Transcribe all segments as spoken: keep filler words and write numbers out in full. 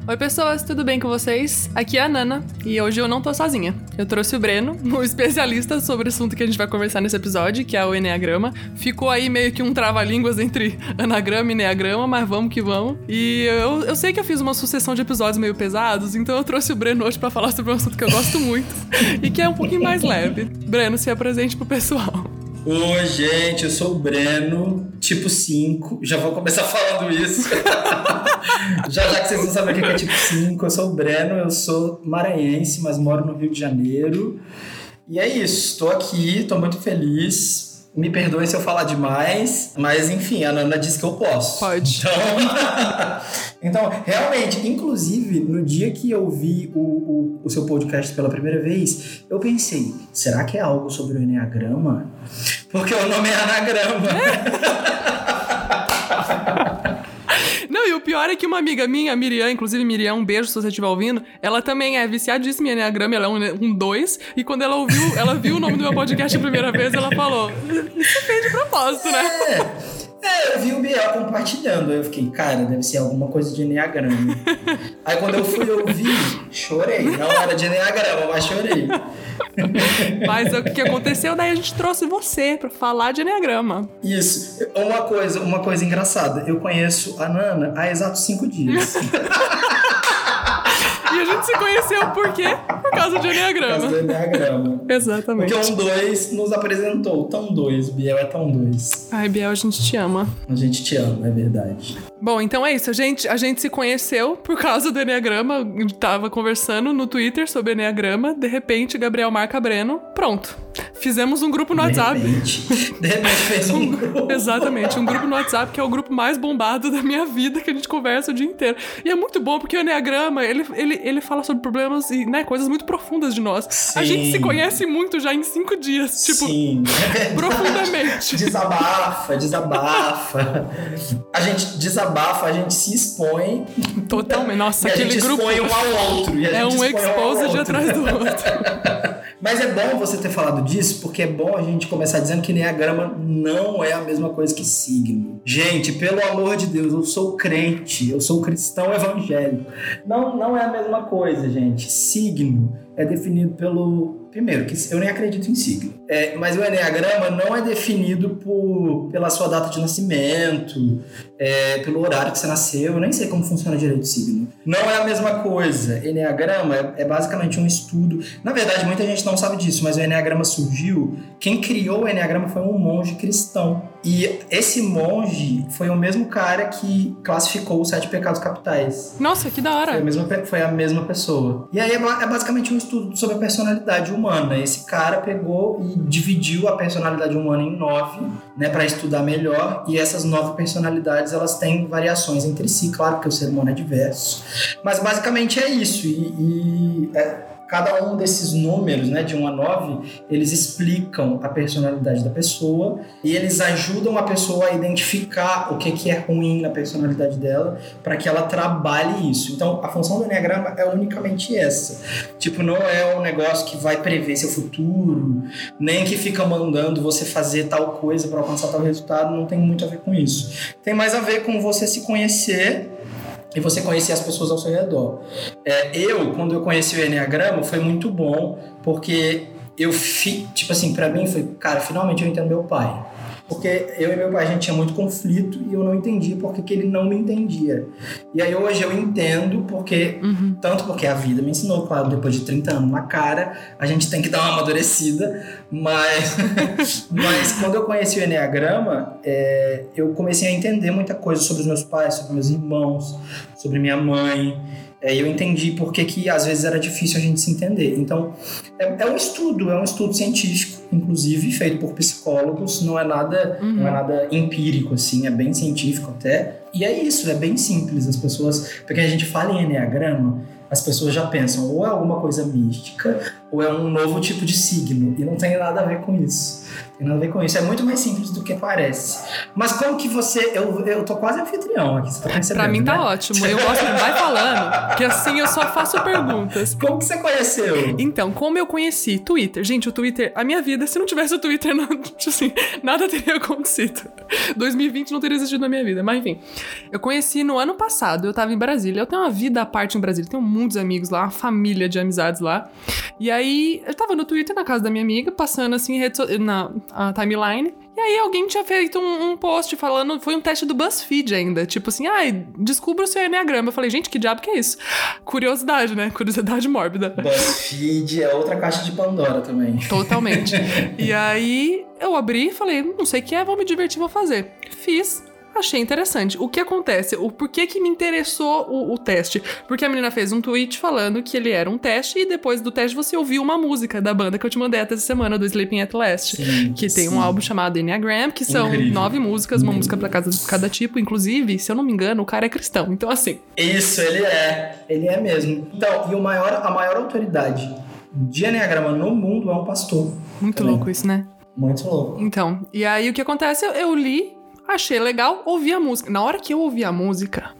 Oi pessoas, tudo bem com vocês? Aqui é a Nana e hoje eu não tô sozinha. Eu trouxe o Breno, um especialista sobre o assunto que a gente vai conversar nesse episódio, que é o Eneagrama. Ficou aí meio que um trava-línguas entre anagrama e Eneagrama, mas vamos que vamos. E eu, eu sei que eu fiz uma sucessão de episódios meio pesados, então eu trouxe o Breno hoje pra falar sobre um assunto que eu gosto muito e que é um pouquinho mais leve. Breno, se apresente pro pessoal. Oi, gente, eu sou o Breno, tipo cinco. Já vou começar falando isso. já, já que vocês não sabem o que é tipo cinco, eu sou o Breno, eu sou maranhense, mas moro no Rio de Janeiro. E é isso, estou aqui, estou muito feliz. Me perdoem se eu falar demais, mas enfim, a Nana disse que eu posso. Pode. Então, então realmente, inclusive, no dia que eu vi o, o, o seu podcast pela primeira vez, eu pensei, será que é algo sobre o Eneagrama? Porque o nome é anagrama. Não, e o pior é que uma amiga minha, a Miriam, inclusive Miriam, um beijo se você estiver ouvindo, ela também é viciadíssima em Eneagrama, ela é um dois, e quando ela ouviu, ela viu o nome do meu podcast a primeira vez, ela falou, isso fez de propósito, né? É. É, eu vi o Biel compartilhando, aí eu fiquei, cara, deve ser alguma coisa de Eneagrama. Aí quando eu fui ouvir, chorei. Não era de Eneagrama, mas chorei. Mas o que aconteceu, daí a gente trouxe você pra falar de Eneagrama. Isso. Uma coisa, uma coisa engraçada, eu conheço a Nana há exatos cinco dias. E a gente se conheceu por quê? Por causa de Eneagrama. Por causa do Eneagrama. Exatamente. Porque um dois nos apresentou. Tão dois, Biel é tão dois. Ai, Biel, a gente te ama. A gente te ama, é verdade. Bom, então é isso. A gente, a gente se conheceu por causa do Eneagrama. A gente tava conversando no Twitter sobre Eneagrama. De repente, Gabriel marca Breno. Pronto. Fizemos um grupo no de WhatsApp. Repente. De repente fez um grupo. Exatamente, um grupo no WhatsApp que é o grupo mais bombado da minha vida, que a gente conversa o dia inteiro. E é muito bom, porque o Eneagrama, ele, ele, ele fala sobre problemas e, né, coisas muito profundas de nós. Sim. A gente se conhece muito já em cinco dias. Tipo, sim. profundamente. Desabafa, desabafa. A gente desabafa, a gente se expõe. Totalmente. Nossa, e aquele a gente grupo expõe um ao outro. E a é gente um exposed um atrás do outro. Mas é bom você ter falado disso, porque é bom a gente começar dizendo que Eneagrama não é a mesma coisa que signo. Gente, pelo amor de Deus, eu sou crente, eu sou cristão evangélico. Não, não é a mesma coisa, gente. Signo é definido pelo... Primeiro, que eu nem acredito em signo. É, mas o Eneagrama não é definido por, pela sua data de nascimento, é, pelo horário que você nasceu. Eu nem sei como funciona direito o signo. Não é a mesma coisa. Eneagrama é, é basicamente um estudo. Na verdade, muita gente não sabe disso, mas o Eneagrama surgiu... Quem criou o Eneagrama foi um monge cristão. E esse monge foi o mesmo cara que classificou os sete pecados capitais. Nossa, que da hora! Foi a mesma, foi a mesma pessoa. E aí é basicamente um estudo sobre a personalidade humana. Esse cara pegou e dividiu a personalidade humana em nove, né, para estudar melhor. E essas nove personalidades, elas têm variações entre si. Claro que o ser humano é diverso. Mas basicamente é isso. E... e é, cada um desses números, né, de um a nove, eles explicam a personalidade da pessoa e eles ajudam a pessoa a identificar o que, que é ruim na personalidade dela para que ela trabalhe isso. Então, a função do Eneagrama é unicamente essa. Tipo, não é um negócio que vai prever seu futuro, nem que fica mandando você fazer tal coisa para alcançar tal resultado, não tem muito a ver com isso. Tem mais a ver com você se conhecer e você conhecer as pessoas ao seu redor. É, eu, quando eu conheci o Eneagrama, foi muito bom, porque eu, fi, tipo assim, pra mim foi, cara, finalmente eu entendo meu pai. Porque eu e meu pai, a gente tinha muito conflito e eu não entendia porque que ele não me entendia. E aí hoje eu entendo porque, uhum. tanto porque a vida me ensinou, claro, depois de trinta anos na cara, a gente tem que dar uma amadurecida, mas, mas quando eu conheci o Eneagrama, é, eu comecei a entender muita coisa sobre os meus pais, sobre meus irmãos, sobre minha mãe. É, eu entendi por que que às vezes era difícil a gente se entender. Então, é, é um estudo, é um estudo científico, inclusive, feito por psicólogos, não é nada, uhum. não é nada empírico, assim, é bem científico até. E é isso, é bem simples, as pessoas... Porque a gente fala em Eneagrama, as pessoas já pensam ou é alguma coisa mística, ou é um novo tipo de signo. E não tem nada a ver com isso. Tem nada a ver com isso. É muito mais simples do que parece. Mas como que você... Eu, eu tô quase anfitrião aqui, você tá percebendo, Pra mim tá né? ótimo. Eu gosto de vai falando, que assim eu só faço perguntas. Como que você conheceu? Então, como eu conheci Twitter? Gente, o Twitter... A minha vida, se não tivesse o Twitter, não, assim, nada teria acontecido. dois mil e vinte não teria existido na minha vida. Mas enfim, eu conheci no ano passado. Eu tava em Brasília. Eu tenho uma vida à parte em Brasília. Tenho muitos amigos lá, uma família de amizades lá. E aí, eu tava no Twitter, na casa da minha amiga, passando assim, rede so... na a timeline. E aí alguém tinha feito um, um post falando... Foi um teste do BuzzFeed ainda. Tipo assim, ai, descubra o seu enneagrama. Eu falei, gente, que diabo que é isso? Curiosidade, né? Curiosidade mórbida. BuzzFeed é outra caixa de Pandora também. Totalmente. E aí eu abri e falei, não sei o que é, vou me divertir, vou fazer. Fiz. Achei interessante. O que acontece? O porquê que me interessou o, o teste? Porque a menina fez um tweet falando que ele era um teste e depois do teste você ouviu uma música da banda que eu te mandei essa semana, do Sleeping at Last. Sim, que tem sim. um álbum chamado Enneagram, que são Incrível. nove músicas, uma Incrível. música pra cada, cada tipo. Inclusive, se eu não me engano, o cara é cristão. Então, assim... Isso, ele é. Ele é mesmo. Então, e o maior, a maior autoridade de enneagrama no mundo é um pastor. Muito também. louco isso, né? Muito louco. Então, e aí o que acontece? Eu, eu li... Achei legal, ouvi a música. Na hora que eu ouvi a música,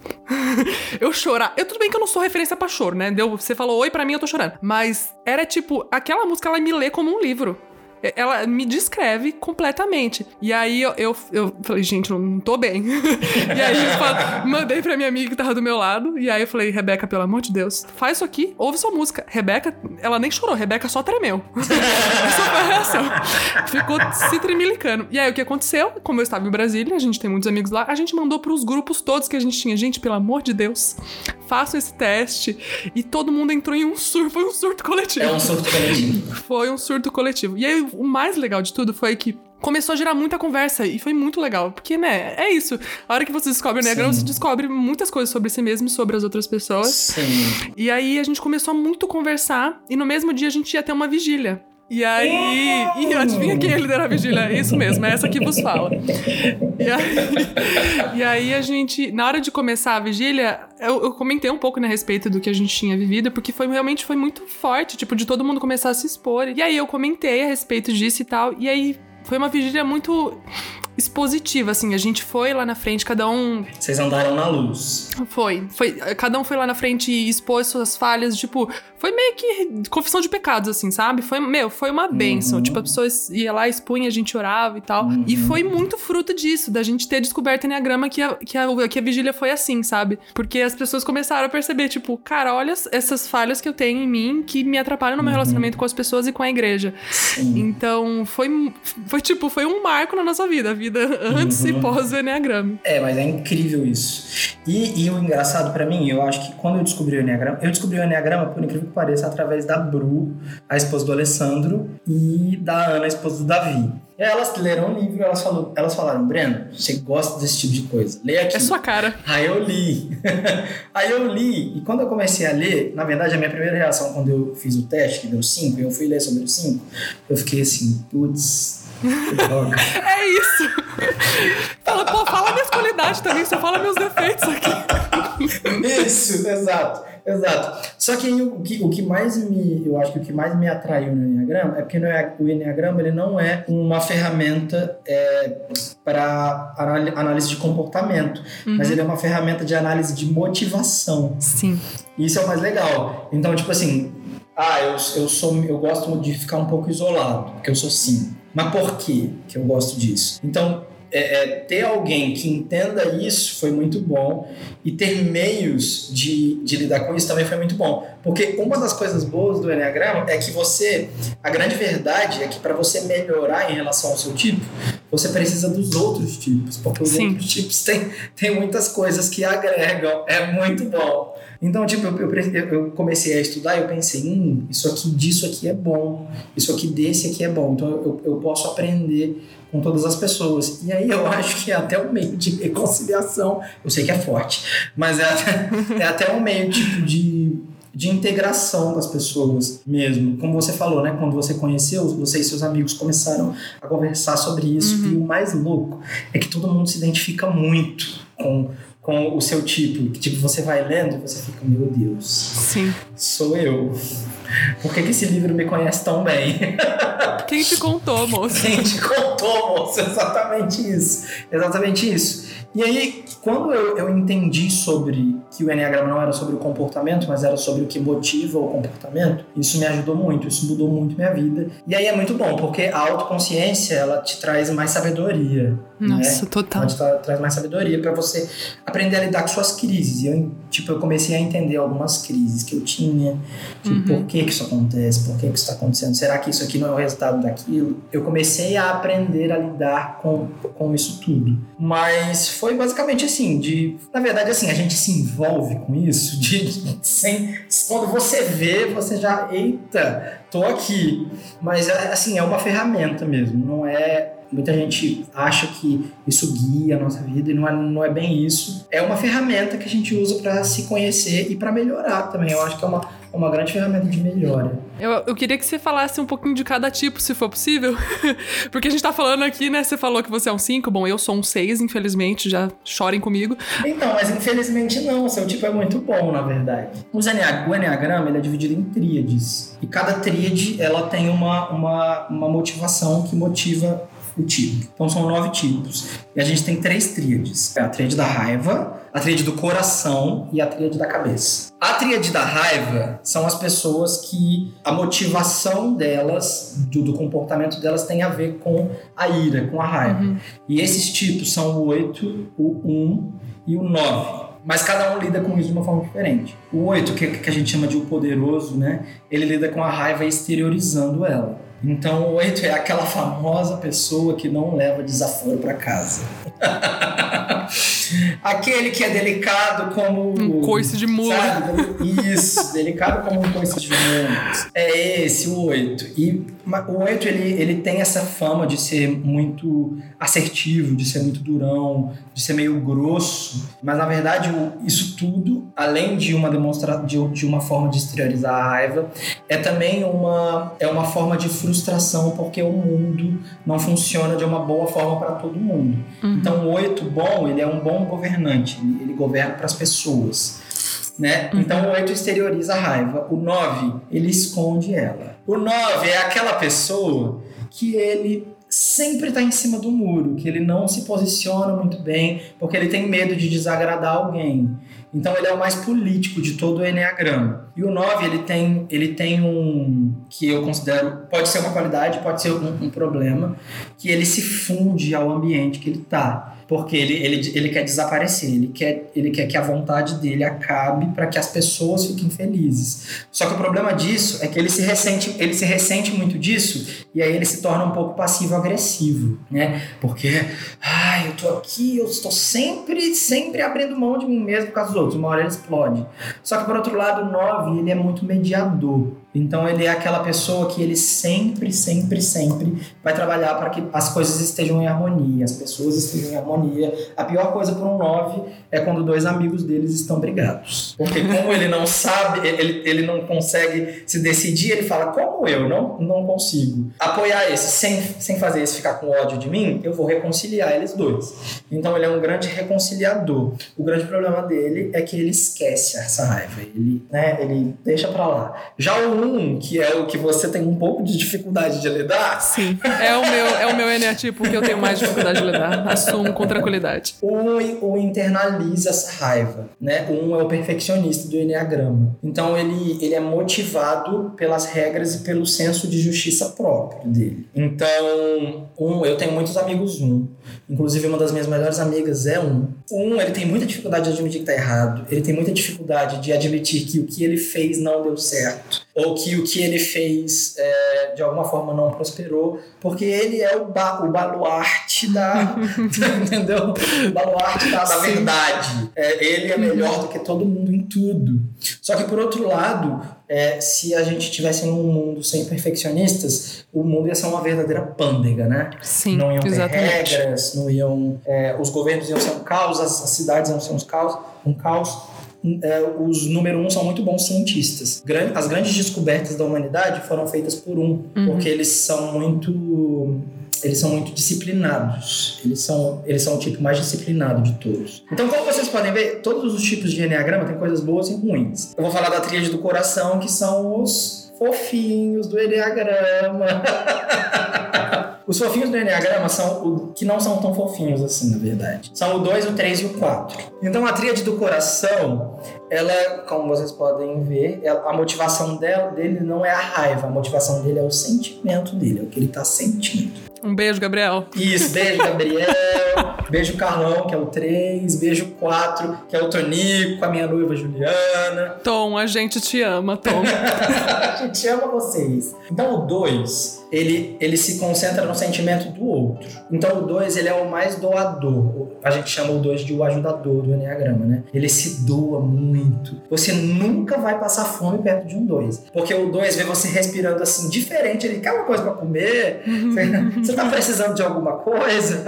eu chorar. Eu, tudo bem que eu não sou referência pra choro, né? Deu, você falou oi pra mim, eu tô chorando. Mas era tipo, aquela música, ela me lê como um livro. Ela me descreve completamente. E aí eu, eu, eu falei, gente, eu não tô bem. E aí eu falo, mandei pra minha amiga que tava do meu lado. E aí eu falei, Rebeca, pelo amor de Deus, faz isso aqui, ouve sua música. Rebeca, ela nem chorou, Rebeca só tremeu. Essa foi a reação. Ficou se tremilicando. E aí o que aconteceu? Como eu estava em Brasília, a gente tem muitos amigos lá, a gente mandou pros grupos todos que a gente tinha. Gente, pelo amor de Deus, façam esse teste. E todo mundo entrou em um surto. Foi um surto coletivo. É um surto coletivo. Foi um surto coletivo. E aí o mais legal de tudo foi que começou a gerar muita conversa e foi muito legal. Porque, né, é isso. A hora que você descobre o Enneagrama, você descobre muitas coisas sobre si mesmo e sobre as outras pessoas. Sim. E aí a gente começou a muito conversar e no mesmo dia a gente ia ter uma vigília. E aí... E adivinha quem ia liderar a vigília? É isso mesmo, é essa que vos fala. E aí, e aí a gente... Na hora de começar a vigília, eu, eu comentei um pouco, né, a respeito do que a gente tinha vivido, porque foi, realmente foi muito forte, tipo, de todo mundo começar a se expor. E aí eu comentei a respeito disso e tal, e aí foi uma vigília muito expositiva, assim. A gente foi lá na frente, cada um... Vocês andaram na luz. Foi, foi. Cada um foi lá na frente e expôs suas falhas, tipo... Foi meio que confissão de pecados, assim, sabe? Foi, meu, foi uma bênção. Uhum. Tipo, a pessoa ia lá, expunha, a gente orava e tal. Uhum. E foi muito fruto disso, da gente ter descoberto o Enneagrama que a, que, a, que a vigília foi assim, sabe? Porque as pessoas começaram a perceber, tipo, cara, olha essas falhas que eu tenho em mim que me atrapalham no meu Uhum. relacionamento com as pessoas e com a igreja. Sim. Então, foi, foi tipo, foi um marco na nossa vida. A vida antes Uhum. e pós o Enneagrama. É, mas é incrível isso. E, e o engraçado pra mim, eu acho que quando eu descobri o Enneagrama... Eu descobri o Enneagrama, por incrível que pareça, através da Bru, a esposa do Alessandro, e da Ana, a esposa do Davi. E aí elas leram o livro, elas, falou, elas falaram, Breno, você gosta desse tipo de coisa, lê aqui. É sua cara. Aí eu li. Aí eu li, e quando eu comecei a ler, na verdade a minha primeira reação quando eu fiz o teste, que deu cinco, e eu fui ler sobre o cinco, eu fiquei assim, putz, que droga. É isso. Fala, pô, fala minhas qualidades também, só fala meus defeitos aqui. Isso, exato, exato. Só que aí, o que, o que mais me, eu acho que o que mais me atraiu no Enneagrama é porque no, o Enneagrama ele não é uma ferramenta é, para análise de comportamento, Uhum. mas ele é uma ferramenta de análise de motivação. Sim. Isso é o mais legal. Então, tipo assim, ah, eu, eu, sou, eu gosto de ficar um pouco isolado, porque eu sou sim. Mas por quê que eu gosto disso? Então, É, é, ter alguém que entenda isso foi muito bom, e ter meios de, de lidar com isso também foi muito bom, porque uma das coisas boas do Enneagrama é que você, a grande verdade é que para você melhorar em relação ao seu tipo, você precisa dos outros tipos, porque os Sim. outros tipos têm, têm muitas coisas que agregam, é muito bom. Então, tipo, eu, eu, eu comecei a estudar e eu pensei, hum, isso aqui disso aqui é bom, isso aqui desse aqui é bom, então eu, eu posso aprender com todas as pessoas. E aí eu acho que é até um meio de reconciliação, eu sei que é forte, mas é até, é até um meio tipo de, de integração das pessoas mesmo. Como você falou, né? Quando você conheceu, você e seus amigos começaram a conversar sobre isso. Uhum. E o mais louco é que todo mundo se identifica muito com, com o seu tipo. Que tipo, você vai lendo e você fica, meu Deus, Sim. sou eu. Por que, que esse livro me conhece tão bem? Quem te contou, moço? Quem te contou, moço? Exatamente isso. Exatamente isso. E aí, quando eu, eu entendi sobre que o Enneagrama não era sobre o comportamento, mas era sobre o que motiva o comportamento, isso me ajudou muito, isso mudou muito minha vida. E aí é muito bom, porque a autoconsciência, ela te traz mais sabedoria. Nossa, né? total. Ela te tra- traz mais sabedoria pra você aprender a lidar com suas crises. E eu, tipo, eu comecei a entender algumas crises que eu tinha. Tipo, Uhum. por que que isso acontece? Por que que isso está acontecendo? Será que isso aqui não é o resultado daquilo? Eu comecei a aprender a lidar com, com isso tudo. Mas foi basicamente assim, de... Na verdade, assim, a gente se envolve com isso, de, sem, quando você vê, você já... Eita, tô aqui. Mas, assim, é uma ferramenta mesmo, não é... Muita gente acha que isso guia a nossa vida e não é, não é bem isso. É uma ferramenta que a gente usa para se conhecer e para melhorar também. Eu acho que é uma, uma grande ferramenta de melhora. Eu, eu queria que você falasse um pouquinho de cada tipo, se for possível. Porque a gente tá falando aqui, né? Você falou que você é um cinco. Bom, eu sou um seis, infelizmente. Já chorem comigo. Então, mas infelizmente não. O seu tipo é muito bom, na verdade. O Enneagrama, o Enneagrama ele é dividido em tríades. E cada tríade, ela tem uma, uma, uma motivação que motiva o tipo. Então são nove tipos. E a gente tem três tríades. É a tríade da raiva, a tríade do coração e a tríade da cabeça. A tríade da raiva são as pessoas que a motivação delas, do, do comportamento delas, tem a ver com a ira, com a raiva. Uhum. E esses tipos são o oito, o um e o nove. Mas cada um lida com isso de uma forma diferente. O oito, que, que a gente chama de o poderoso, né? Ele lida com a raiva exteriorizando ela. Então o oito é aquela famosa pessoa que não leva desaforo para casa. Aquele que é delicado como... Um coice de mula. Sabe? Isso, delicado como um coice de mula. É esse, o oito. E o oito, ele, ele tem essa fama de ser muito assertivo, de ser muito durão, de ser meio grosso. Mas, na verdade, isso tudo, além de uma demonstração, de, de uma forma de exteriorizar a raiva, é também uma, é uma forma de frustração, porque o mundo não funciona de uma boa forma para todo mundo. Uhum. Então, o oito bom, ele é um bom governante, ele, ele governa para as pessoas. Né? Uhum. Então o oito exterioriza a raiva. O nove, ele esconde ela. O nove é aquela pessoa que ele sempre está em cima do muro, que ele não se posiciona muito bem, porque ele tem medo de desagradar alguém. Então ele é o mais político de todo o Enneagrama. E o nove, ele tem, ele tem um... que eu considero... pode ser uma qualidade, pode ser um, um problema, que ele se funde ao ambiente que ele está. Porque ele, ele, ele quer desaparecer, ele quer, ele quer que a vontade dele acabe para que as pessoas fiquem felizes. Só que o problema disso é que ele se ressente, ele se ressente muito disso e aí ele se torna um pouco passivo-agressivo, né? Porque, ai, eu tô aqui, eu estou sempre, sempre abrindo mão de mim mesmo por causa dos outros. Uma hora ele explode. Só que, por outro lado, o nove, ele é muito mediador. Então ele é aquela pessoa que ele sempre, sempre, sempre vai trabalhar para que as coisas estejam em harmonia, as pessoas estejam em harmonia. A pior coisa para um nove é quando dois amigos deles estão brigados. Porque como ele não sabe, ele, ele não consegue se decidir, ele fala, como eu não, não consigo apoiar esse, sem, sem fazer esse ficar com ódio de mim, eu vou reconciliar eles dois. Então ele é um grande reconciliador. O grande problema dele é que ele esquece essa raiva, ele, né, ele deixa para lá. Já o um, que é o que você tem um pouco de dificuldade de lidar. Sim, é o meu, é o meu eneatipo que eu tenho mais dificuldade de lidar. Assumo com tranquilidade. O um, o internaliza essa raiva, né? O um é o perfeccionista do Enneagrama. Então ele, ele é motivado pelas regras e pelo senso de justiça próprio dele. Então, um, eu tenho muitos amigos um. Inclusive, uma das minhas melhores amigas é um. Um, ele tem muita dificuldade de admitir que tá errado. Ele tem muita dificuldade de admitir que o que ele fez não deu certo. Ou que o que ele fez, é, de alguma forma, não prosperou. Porque ele é o, ba- o baluarte da... entendeu? O baluarte da, da verdade. É, ele é melhor do que todo mundo em tudo. Só que, por outro lado, é, se a gente estivesse num mundo sem perfeccionistas, o mundo ia ser uma verdadeira pândega, né? Sim, não iam ter exatamente. regras, não iam... É, os governos iam ser um caos, as, as cidades iam ser um caos, um caos. É, os número um são muito bons cientistas. As grandes descobertas da humanidade foram feitas por um, uhum. porque eles são muito... eles são muito disciplinados. Eles são, eles são o tipo mais disciplinado de todos. Então, como vocês podem ver, todos os tipos de Enneagrama têm coisas boas e ruins. Eu vou falar da tríade do coração, que são os fofinhos do Enneagrama. Os fofinhos do Enneagrama são o que não são tão fofinhos assim, na verdade. São o dois, o três e o quatro. Então a tríade do coração, ela, como vocês podem ver, ela, a motivação dela, dele não é a raiva, a motivação dele é o sentimento dele, é o que ele tá sentindo. Um beijo, Gabriel. Isso, beijo, Gabriel. Beijo, Carlão, que é o três. Beijo, quatro, que é o Tonico, a minha noiva Juliana. Tom, a gente te ama, Tom. A gente ama vocês. Então, o dois, ele, ele se concentra no sentimento do outro. Então, o dois, ele é o mais doador. A gente chama o dois de o ajudador do Enneagrama, né? Ele se doa muito. Você nunca vai passar fome perto de um dois. Porque o dois vê você respirando assim, diferente. Ele quer uma coisa pra comer. Você tá precisando de alguma coisa?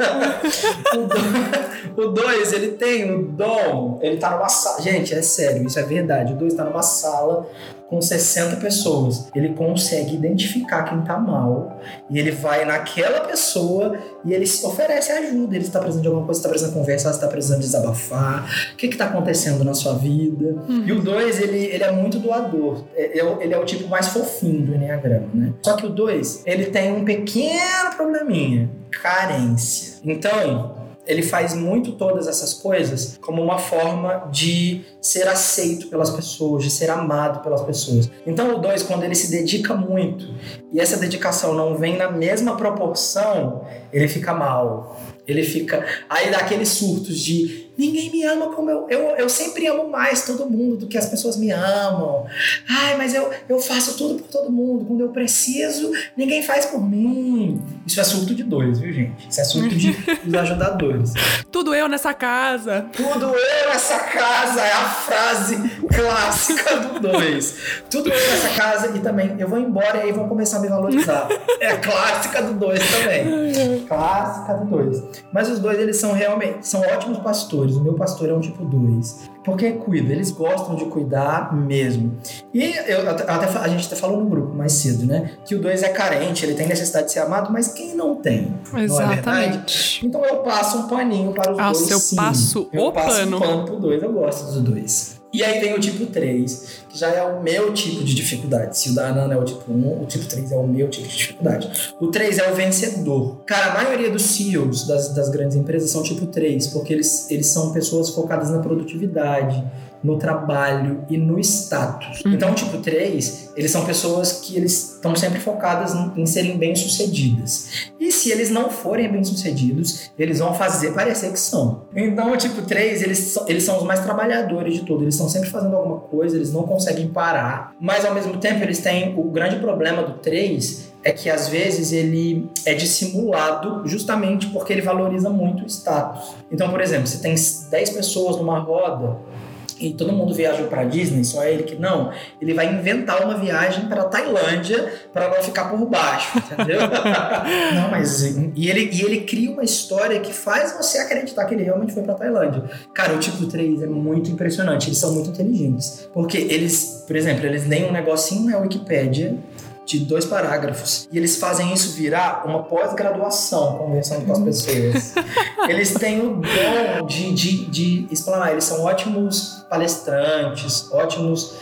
O dois, ele tem o dom. Ele tá numa sala. Gente, é sério, isso é verdade. O dois tá numa sala com sessenta pessoas. Ele consegue identificar quem tá mal e ele vai naquela pessoa e ele oferece ajuda. Ele está precisando de alguma coisa, está precisando conversar, está precisando desabafar. O que está acontecendo na sua vida? Uhum. E o dois, ele, ele é muito doador. Ele é o tipo mais fofinho do Enneagrama, né? Só que o dois, ele tem um pequeno probleminha. Carência. Então, ele faz muito todas essas coisas como uma forma de ser aceito pelas pessoas, de ser amado pelas pessoas. Então o dois, quando ele se dedica muito e essa dedicação não vem na mesma proporção, ele fica mal. Ele fica... Aí dá aqueles surtos de ninguém me ama como eu... Eu, eu sempre amo mais todo mundo do que as pessoas me amam. Ai, mas eu, eu faço tudo por todo mundo. Quando eu preciso, ninguém faz por mim. Isso é surto de dois, viu, gente? Isso é surto de, dos ajudadores. Tudo eu nessa casa. Tudo eu nessa casa é a frase clássica do dois. Tudo eu nessa casa e também eu vou embora e aí vão começar a me valorizar. É a clássica do dois também. Clássica do dois. Mas os dois, eles são realmente... São ótimos pastores. O meu pastor é um tipo dois. Porque cuida, eles gostam de cuidar mesmo. E eu, até, a gente até falou no grupo mais cedo, né? Que o dois é carente, ele tem necessidade de ser amado, mas quem não tem? Exatamente. Não é verdade? Então eu passo um paninho para os ah, dois. Eu sim. passo eu o passo pano. um pano pro dois, eu gosto dos dois. E aí vem o tipo três, que já é o meu tipo de dificuldade. Se o da Nana é o tipo um, o tipo três é o meu tipo de dificuldade. O três é o vencedor. Cara, a maioria dos C E Os das, das grandes empresas são tipo três, porque eles, eles são pessoas focadas na produtividade, no trabalho e no status. Uhum. Então, tipo três, eles são pessoas que eles estão sempre focadas em serem bem-sucedidas. E se eles não forem bem-sucedidos, eles vão fazer parecer que são. Então, o tipo três, eles, eles são os mais trabalhadores de tudo. Eles estão sempre fazendo alguma coisa, eles não conseguem parar. Mas, ao mesmo tempo, eles têm... O grande problema do três é que, às vezes, ele é dissimulado justamente porque ele valoriza muito o status. Então, por exemplo, se tem dez pessoas numa roda e todo mundo viajou para Disney, só ele que não, ele vai inventar uma viagem para Tailândia para não ficar por baixo, entendeu? Não, mas e ele, e ele cria uma história que faz você acreditar que ele realmente foi para Tailândia. Cara, o tipo três é muito impressionante, eles são muito inteligentes, porque eles, por exemplo, eles leem um negocinho na Wikipédia de dois parágrafos. E eles fazem isso virar uma pós-graduação, conversando com as pessoas. Eles têm o dom de, de, de explanar. Eles são ótimos palestrantes, ótimos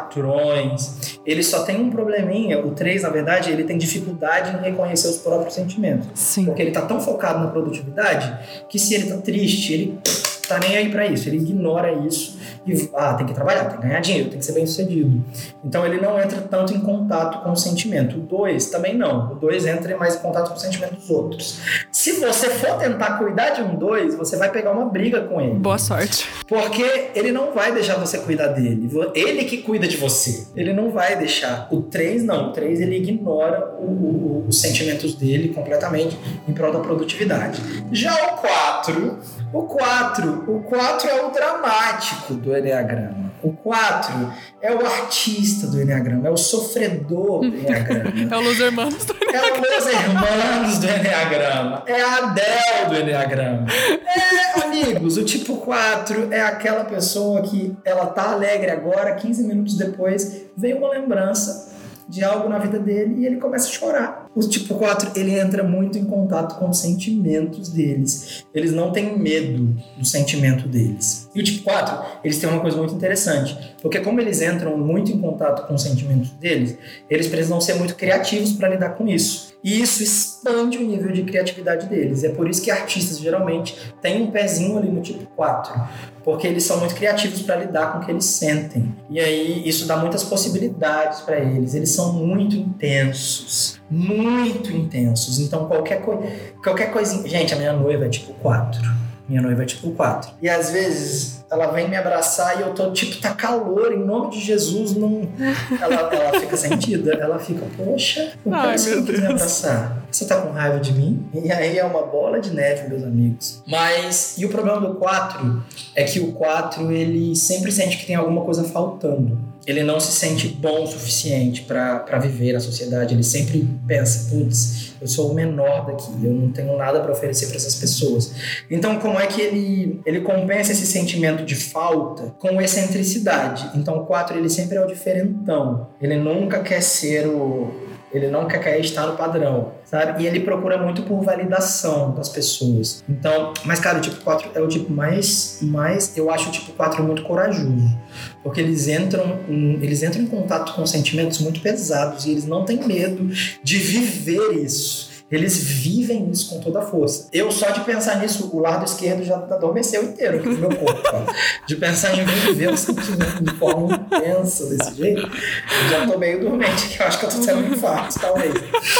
patrões. Ele só tem um probleminha. O três, na verdade, ele tem dificuldade em reconhecer os próprios sentimentos. Sim. Porque ele tá tão focado na produtividade que se ele tá triste, ele tá nem aí pra isso. Ele ignora isso e, ah, tem que trabalhar, tem que ganhar dinheiro, tem que ser bem sucedido. Então ele não entra tanto em contato com o sentimento. O dois também não. O dois entra mais em contato com o sentimento dos outros. Se você for tentar cuidar de um dois, você vai pegar uma briga com ele. Boa sorte. Porque ele não vai deixar você cuidar dele. Ele que cuida de você. Ele não vai deixar. O três não. O três ele ignora o, o, os sentimentos dele completamente em prol da produtividade. Já o quatro... O quatro, o quatro é o dramático do Enneagrama. O quatro é o artista do Enneagrama, é o sofredor do Enneagrama. É o Los Hermanos do Enneagrama. É o Los Hermanos do Enneagrama. É a Adele do Enneagrama. É, amigos, o tipo quatro é aquela pessoa que ela tá alegre agora, quinze minutos depois, vem uma lembrança de algo na vida dele e ele começa a chorar. O tipo quatro, ele entra muito em contato com os sentimentos deles. Eles não têm medo do sentimento deles. E o tipo quatro, eles têm uma coisa muito interessante. Porque como eles entram muito em contato com os sentimentos deles, eles precisam ser muito criativos para lidar com isso. E isso expande o nível de criatividade deles. É por isso que artistas geralmente têm um pezinho ali no tipo quatro. Porque eles são muito criativos para lidar com o que eles sentem. E aí isso dá muitas possibilidades para eles. Eles são muito intensos. Muito intensos. Então qualquer, co- qualquer coisinha... Gente, a minha noiva é tipo quatro. Minha noiva é tipo quatro. E às vezes ela vem me abraçar e eu tô tipo, tá calor, em nome de Jesus, não... Ela, ela fica sentida, ela fica, poxa, não Ai, penso meu que me Deus. abraçar. Você tá com raiva de mim? E aí é uma bola de neve, meus amigos. Mas, e o problema do quatro é que o quatro, ele sempre sente que tem alguma coisa faltando. Ele não se sente bom o suficiente pra, pra viver na sociedade. Ele sempre pensa, putz, eu sou o menor daqui, eu não tenho nada pra oferecer pra essas pessoas. Então, como é que ele, ele compensa esse sentimento de falta com excentricidade? Então, o quatro, ele sempre é o diferentão. Ele nunca quer ser o... Ele não quer estar no padrão, sabe? E ele procura muito por validação das pessoas. Então, mas cara, o tipo quatro é o tipo mais, mais eu acho o tipo quatro muito corajoso. Porque eles entram, em, eles entram em contato com sentimentos muito pesados e eles não têm medo de viver isso. Eles vivem isso com toda a força. Eu, só de pensar nisso, o lado esquerdo já adormeceu inteiro aqui no meu corpo. Cara. De pensar em viver o sentimento de forma intensa desse jeito, eu já tô meio dormente, que eu acho que eu tô tendo um infarto, talvez.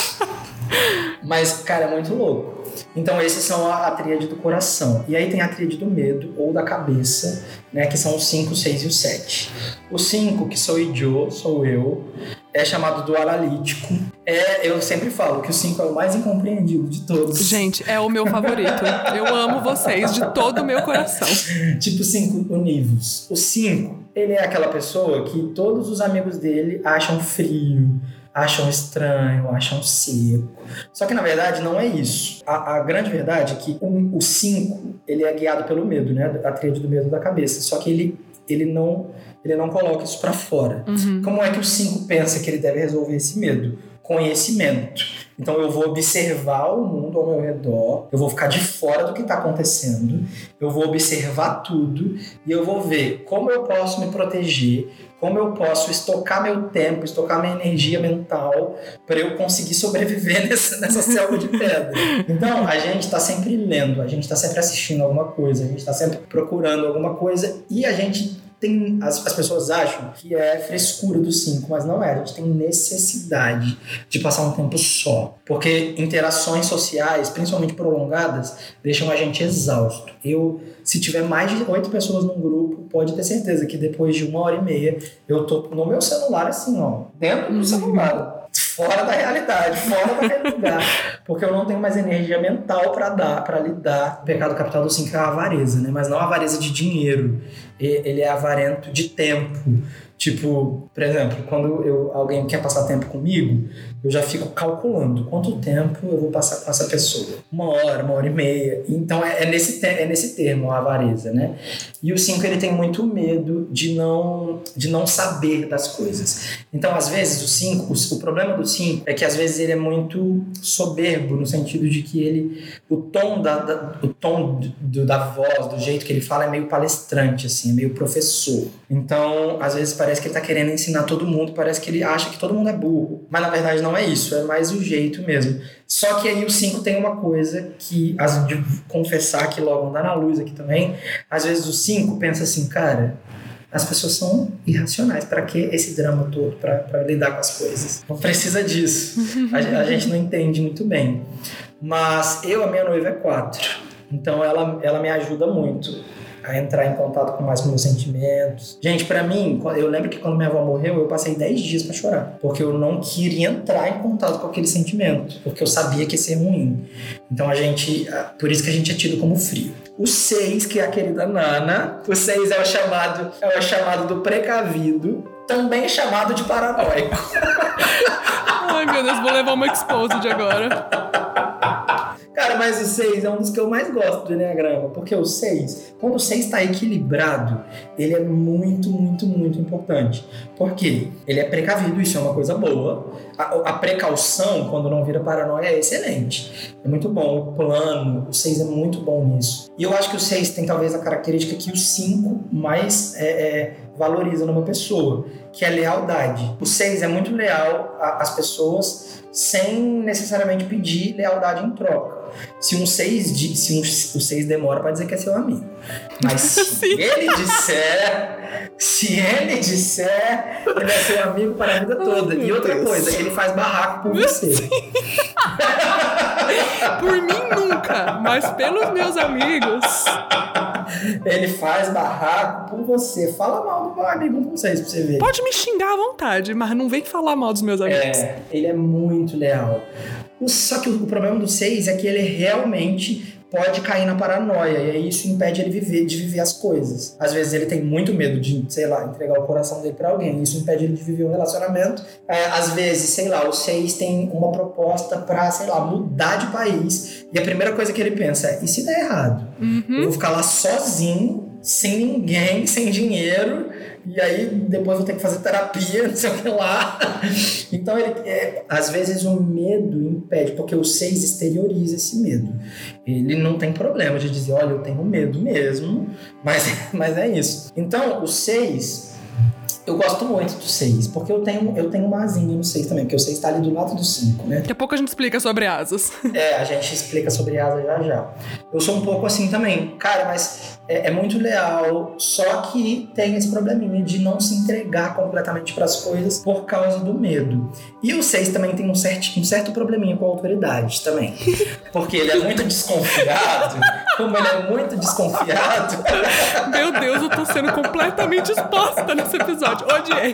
Mas, cara, é muito louco. Então, esses são a, a tríade do coração. E aí tem a tríade do medo, ou da cabeça, né? Que são o cinco, o seis e o sete. O cinco, que sou eu, sou eu, é chamado do analítico. É, eu sempre falo que o cinco é o mais incompreendido de todos. Gente, é o meu favorito. Eu amo vocês de todo o meu coração. Tipo cinco univos. O cinco, ele é aquela pessoa que todos os amigos dele acham frio, acham estranho, acham seco. Só que na verdade não é isso. A, a grande verdade é que um, o cinco, ele é guiado pelo medo, né? A tríade do medo da cabeça. Só que ele, ele não... ele não coloca isso pra fora. Uhum. Como é que o cinco pensa que ele deve resolver esse medo? Conhecimento. Então eu vou observar o mundo ao meu redor, eu vou ficar de fora do que está acontecendo, eu vou observar tudo e eu vou ver como eu posso me proteger, como eu posso estocar meu tempo, estocar minha energia mental para eu conseguir sobreviver nessa, nessa selva de pedra. Então a gente está sempre lendo, a gente está sempre assistindo alguma coisa, a gente está sempre procurando alguma coisa e a gente tem, as, as pessoas acham que é frescura do cinco, mas não é. A gente tem necessidade de passar um tempo só. Porque interações sociais, principalmente prolongadas, deixam a gente exausto. Eu, se tiver mais de oito pessoas num grupo, pode ter certeza que depois de uma hora e meia, eu tô no meu celular assim, ó, dentro do celular. Fora da realidade, fora daquele lugar. Porque eu não tenho mais energia mental para dar, para lidar. O pecado capital do cinco é a avareza, né? Mas não a avareza de dinheiro. Ele é avarento de tempo. Tipo, por exemplo, quando eu, alguém quer passar tempo comigo, eu já fico calculando quanto tempo eu vou passar com essa pessoa. Uma hora, uma hora e meia. Então é, é, nesse, te- é nesse termo a avareza, né? E o cinco, ele tem muito medo de não, de não saber das coisas. Então, às vezes, o cinco, o, o problema do cinco é que às vezes ele é muito soberbo, no sentido de que ele, o tom, da, da, o tom do, da voz, do jeito que ele fala é meio palestrante, assim, é meio professor. Então, às vezes parece que ele tá querendo ensinar todo mundo, parece que ele acha que todo mundo é burro. Mas, na verdade, não é isso, é mais o jeito mesmo. Só que aí o cinco tem uma coisa que, as, de confessar que logo andar na luz aqui também, às vezes o cinco pensa assim, cara, as pessoas são irracionais, para que esse drama todo, para lidar com as coisas? Não precisa disso. A, a gente não entende muito bem. Mas eu, a minha noiva é quatro, então ela, ela me ajuda muito a entrar em contato com mais com meus sentimentos. Gente, pra mim, eu lembro que quando minha avó morreu, eu passei dez dias pra chorar, porque eu não queria entrar em contato com aquele sentimento, porque eu sabia que ia ser ruim. Então a gente, por isso que a gente é tido como frio. O seis, que é a querida Nana, o seis é o chamado, é o chamado do precavido, também chamado de paranoico. Ai, meu Deus, vou levar uma exposed agora. Cara, mas o seis é um dos que eu mais gosto do Enneagrama, porque o seis, quando o seis está equilibrado, ele é muito, muito, muito importante. Por quê? Ele é precavido, isso é uma coisa boa. A, a precaução, quando não vira paranoia, é excelente. É muito bom, o plano, o seis é muito bom nisso. E eu acho que o seis tem talvez a característica que o cinco mais é, é, valoriza numa pessoa, que é a lealdade. O seis é muito leal às pessoas sem necessariamente pedir lealdade em troca. Se um seis, se um, o seis demora para dizer que é seu amigo. Mas se ele disser, se ele disser, ele é seu amigo para a vida toda. Ai, e outra Deus. coisa, ele faz barraco por você. Por mim nunca, mas pelos meus amigos. Ele faz barraco por você. Fala mal do meu amigo com vocês pra você ver. Pode me xingar à vontade, mas não vem falar mal dos meus amigos. É, ele é muito leal. Só que o problema do seis é que ele realmente pode cair na paranoia, e aí isso impede ele viver, de viver as coisas. Às vezes ele tem muito medo de, sei lá, entregar o coração dele pra alguém, isso impede ele de viver um relacionamento. É, às vezes, sei lá, o seis tem uma proposta pra, sei lá, mudar de país, e a primeira coisa que ele pensa é, e se der errado? Uhum. Eu vou ficar lá sozinho, sem ninguém, sem dinheiro, e aí depois vou ter que fazer terapia, não sei o que lá. Então, ele, é, às vezes o medo impede, porque o seis exterioriza esse medo. Ele não tem problema de dizer, olha, eu tenho medo mesmo, mas, mas é isso. Então, o seis, eu gosto muito do seis, porque eu tenho, eu tenho uma asinha no seis também, porque o seis tá ali do lado do cinco, né? Daqui a pouco a gente explica sobre asas. É, a gente explica sobre asas já já. Eu sou um pouco assim também, cara, mas é, é muito leal, só que tem esse probleminha de não se entregar completamente pras coisas por causa do medo. E o seis também tem um certo, um certo probleminha com a autoridade também, porque ele é muito desconfiado, como ele é muito desconfiado... Meu Deus, eu tô sendo completamente exposta nesse episódio. Odiei.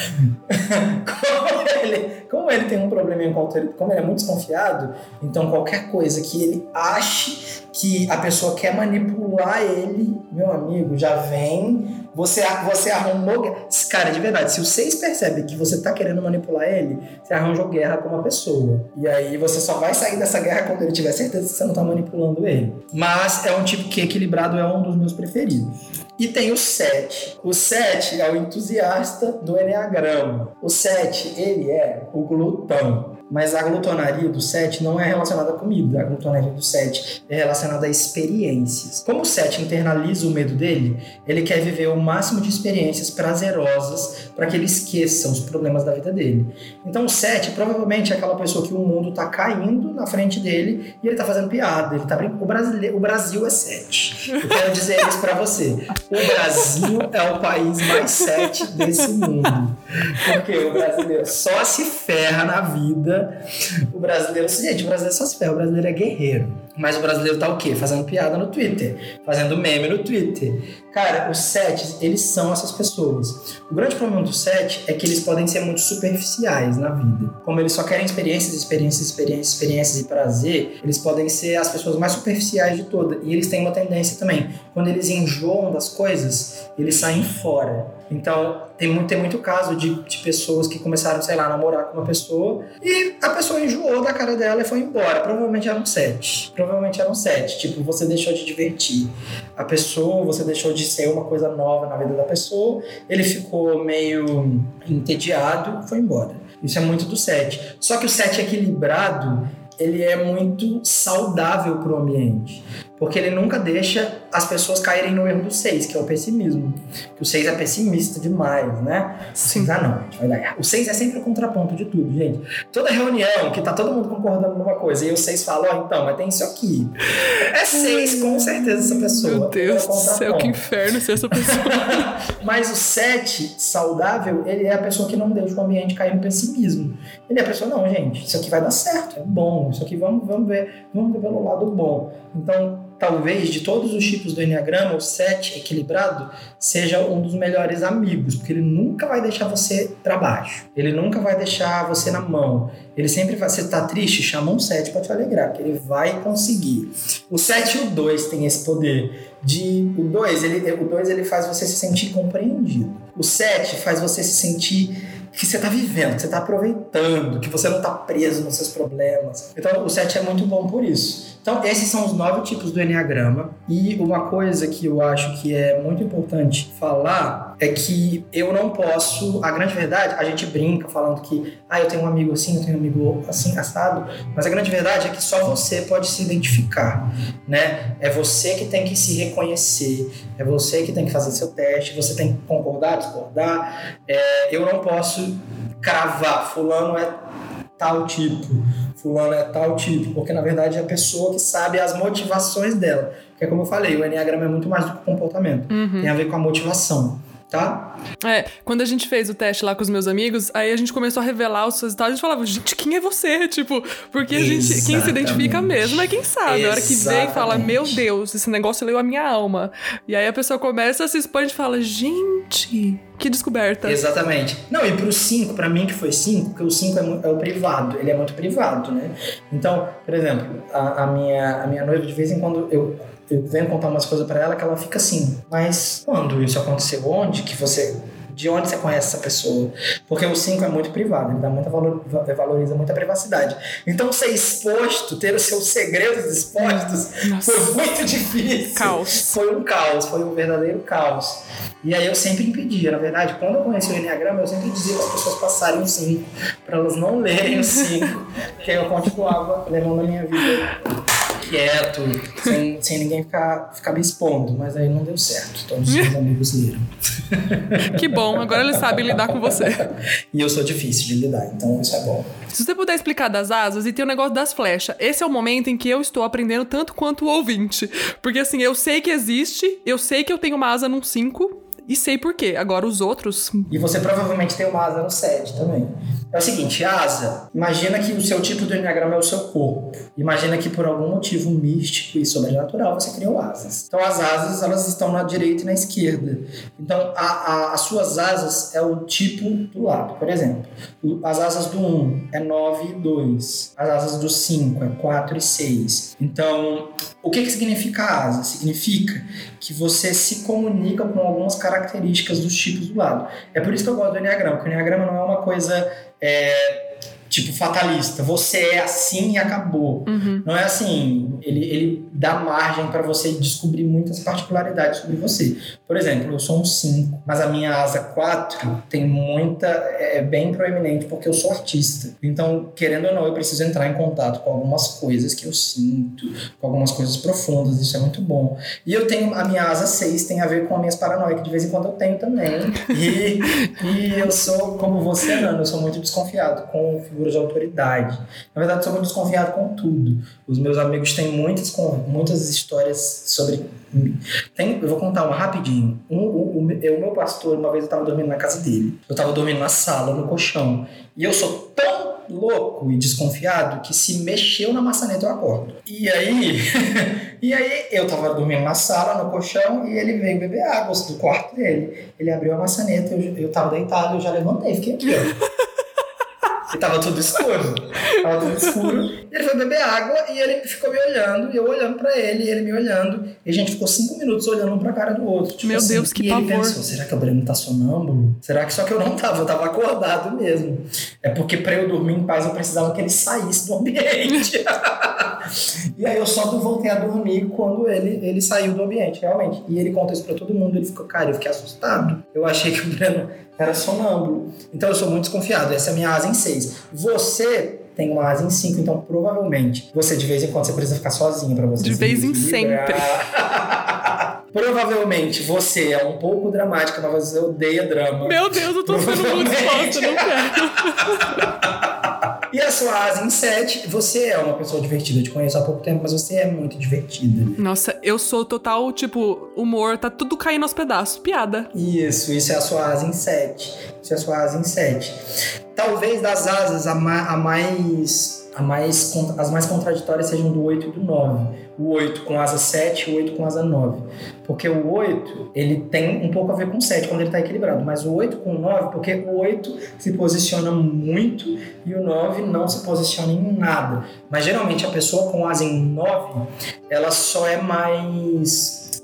Como ele, como ele tem um probleminha com a autoridade, como ele é muito desconfiado, então qualquer coisa que ele ache que a pessoa quer manipular ele, meu amigo, já vem, você, você arrumou... Cara, de verdade, se o seis percebe que você tá querendo manipular ele, você arranjou guerra com uma pessoa. E aí você só vai sair dessa guerra quando ele tiver certeza que você não tá manipulando ele. Mas é um tipo que equilibrado é um dos meus preferidos. E tem o sete. O sete é o entusiasta do Enneagrama. O sete, ele é o glutão. Mas a glutonaria do sete não é relacionada à comida. A glutonaria do sete é relacionada a experiências. Como o sete internaliza o medo dele, ele quer viver o máximo de experiências prazerosas para que ele esqueça os problemas da vida dele. Então o sete provavelmente é aquela pessoa que o mundo está caindo na frente dele e ele está fazendo piada. Ele tá brincando. O, brasileiro, o Brasil é sete. Eu quero dizer isso para você. O Brasil é o país mais sete desse mundo. Porque o brasileiro só se ferra na vida. O brasileiro, gente, o brasileiro só se ferra, o brasileiro é guerreiro. Mas o brasileiro tá o quê? Fazendo piada no Twitter, fazendo meme no Twitter. Cara, os sete, eles são essas pessoas. O grande problema do sete é que eles podem ser muito superficiais na vida. Como eles só querem experiências, experiências, experiências, experiências e prazer, eles podem ser as pessoas mais superficiais de todas. E eles têm uma tendência também. Quando eles enjoam das coisas, eles saem fora. Então, tem muito, tem muito caso de, de pessoas que começaram, sei lá, a namorar com uma pessoa e a pessoa enjoou da cara dela e foi embora. Provavelmente era um sete. Provavelmente era um sete. Tipo, você deixou de divertir a pessoa, você deixou de ser uma coisa nova na vida da pessoa, ele ficou meio entediado e foi embora. Isso é muito do sete. Só que o sete equilibrado, ele é muito saudável para o ambiente. Porque ele nunca deixa as pessoas caírem no erro do seis, que é o pessimismo. Que o seis é pessimista demais, né? Sim. Ah, não, gente, vai dar errado. O seis é sempre o contraponto de tudo, gente. Toda reunião que tá todo mundo concordando numa coisa e o seis fala, ó, oh, então, mas tem isso aqui. É seis, com certeza, essa pessoa. Meu Deus do céu, que inferno ser essa pessoa. Mas o sete, saudável, ele é a pessoa que não deixa o ambiente cair no pessimismo. Ele é a pessoa, não, gente, isso aqui vai dar certo, é bom, isso aqui vamos, vamos ver, vamos ver pelo lado bom. Então, talvez, de todos os tipos do Enneagrama, o sete equilibrado seja um dos melhores amigos, porque ele nunca vai deixar você para baixo. Ele nunca vai deixar você na mão. Ele sempre vai, você tá triste, chama um sete para te alegrar, que ele vai conseguir. O sete e o dois têm esse poder de... O dois, ele, o dois, ele faz você se sentir compreendido. O sete faz você se sentir que você tá vivendo, que você tá aproveitando, que você não tá preso nos seus problemas. Então, o sete é muito bom por isso. Então, esses são os nove tipos do Enneagrama. E uma coisa que eu acho que é muito importante falar é que eu não posso... A grande verdade, a gente brinca falando que ah, eu tenho um amigo assim, eu tenho um amigo assim, assado. Mas a grande verdade é que só você pode se identificar, né? É você que tem que se reconhecer. É você que tem que fazer seu teste. Você tem que concordar, discordar. É, eu não posso cravar. Fulano é tal tipo, fulano é tal tipo, porque na verdade é a pessoa que sabe as motivações dela, porque como eu falei, o Enneagrama é muito mais do que comportamento, uhum. Tem a ver com a motivação, tá? É, quando a gente fez o teste lá com os meus amigos, aí a gente começou a revelar os resultados, a gente falava, gente, quem é você? Tipo, porque a gente, quem se identifica mesmo é quem sabe. Exatamente. A hora que vem e fala, meu Deus, esse negócio leu a minha alma. E aí a pessoa começa a se expor e fala, gente, que descoberta. Exatamente. Não, e pro cinco, pra mim que foi cinco, porque o cinco é, muito, é o privado, ele é muito privado, né? Então, por exemplo, a, a, minha, a minha noiva, de vez em quando, eu... eu venho contar umas coisas pra ela que ela fica assim, mas quando isso aconteceu? Onde que você... De onde você conhece essa pessoa? Porque o cinco é muito privado, ele dá muita valor, valoriza muita privacidade. Então ser exposto, ter os seus segredos expostos, nossa, foi muito difícil. Caos. Foi um caos, foi um verdadeiro caos. E aí eu sempre impedia, na verdade, quando eu conheci o Enneagrama, eu sempre dizia para as pessoas passarem o cinco, para elas não lerem o cinco, porque eu continuava levando a minha vida quieto, sem, sem ninguém ficar, ficar me expondo, mas aí não deu certo, todos os meus amigos leram. Que bom, agora ele sabe lidar com você. E eu sou difícil de lidar, então isso é bom. Se você puder explicar das asas e tem o negócio das flechas, esse é o momento em que eu estou aprendendo tanto quanto o ouvinte. Porque assim, eu sei que existe, eu sei que eu tenho uma asa num cinco, e sei por quê. Agora os outros... E você provavelmente tem uma asa no sete também. É o seguinte, asa, imagina que o seu tipo do Enneagrama é o seu corpo. Imagina que por algum motivo místico e sobrenatural você criou asas. Então as asas, elas estão na direita e na esquerda. Então a, a, as suas asas é o tipo do lado. Por exemplo, as asas do um é nove e dois. As asas do cinco é quatro e seis. Então, o que que significa a asa? Significa que você se comunica com algumas características dos tipos do lado. É por isso que eu gosto do Enneagrama, porque o Enneagrama não é uma coisa... É, tipo, fatalista. Você é assim e acabou. Uhum. Não é assim. Ele, ele dá margem para você descobrir muitas particularidades sobre você. Por exemplo, eu sou um cinco, mas a minha asa quatro tem muita... É bem proeminente porque eu sou artista. Então, querendo ou não, eu preciso entrar em contato com algumas coisas que eu sinto, com algumas coisas profundas. Isso é muito bom. E eu tenho... A minha asa seis tem a ver com as minhas paranoias, que de vez em quando eu tenho também. E, e eu sou, como você, Nana, eu sou muito desconfiado com figuras de autoridade. Na verdade, eu sou muito desconfiado com tudo. Os meus amigos têm muitas, muitas histórias sobre... Tem, eu vou contar uma rapidinho. Um, o, o, o meu pastor, uma vez eu estava dormindo na casa dele. Eu estava dormindo na sala, no colchão. E eu sou tão louco e desconfiado que se mexeu na maçaneta eu acordo. E aí, e aí eu estava dormindo na sala, no colchão, e ele veio beber água do quarto dele. Ele abriu a maçaneta, eu estava deitado, eu já levantei, fiquei aqui, ó. E tava tudo escuro. Tava tudo escuro. E ele foi beber água e ele ficou me olhando. E eu olhando pra ele, e ele me olhando. E a gente ficou cinco minutos olhando um pra cara do outro. Tipo Meu assim. Deus, que e pavor. E ele pensou, será que o Breno tá sonâmbulo? Será que... Só que eu não tava, eu tava acordado mesmo. É porque pra eu dormir em paz eu precisava que ele saísse do ambiente. E aí eu só voltei a dormir quando ele, ele saiu do ambiente, realmente. E ele conta isso pra todo mundo. Ele ficou, cara, eu fiquei assustado. Eu achei que o Breno era sonâmbulo. Então eu sou muito desconfiado. Essa é a minha asa em seis. Você tem uma asa em cinco, então provavelmente você de vez em quando você precisa ficar sozinho pra você. De vez em sempre. Provavelmente você é um pouco dramática, mas você odeia drama. Meu Deus, eu tô sendo muito exposta, não quero. E a sua asa em sete, você é uma pessoa divertida. Eu te conheço há pouco tempo, mas você é muito divertida. Nossa, eu sou total, tipo, humor, tá tudo caindo aos pedaços. Piada. Isso, isso é a sua asa em sete. Isso é a sua asa em sete. Talvez das asas, a, ma- a mais... A mais, as mais contraditórias sejam do oito e do nove. O oito com asa sete e o oito com asa nove. Porque o oito, ele tem um pouco a ver com o sete, quando ele está equilibrado. Mas o oito com o nove, porque o oito se posiciona muito e o nove não se posiciona em nada. Mas geralmente a pessoa com asa em nove, ela só é mais...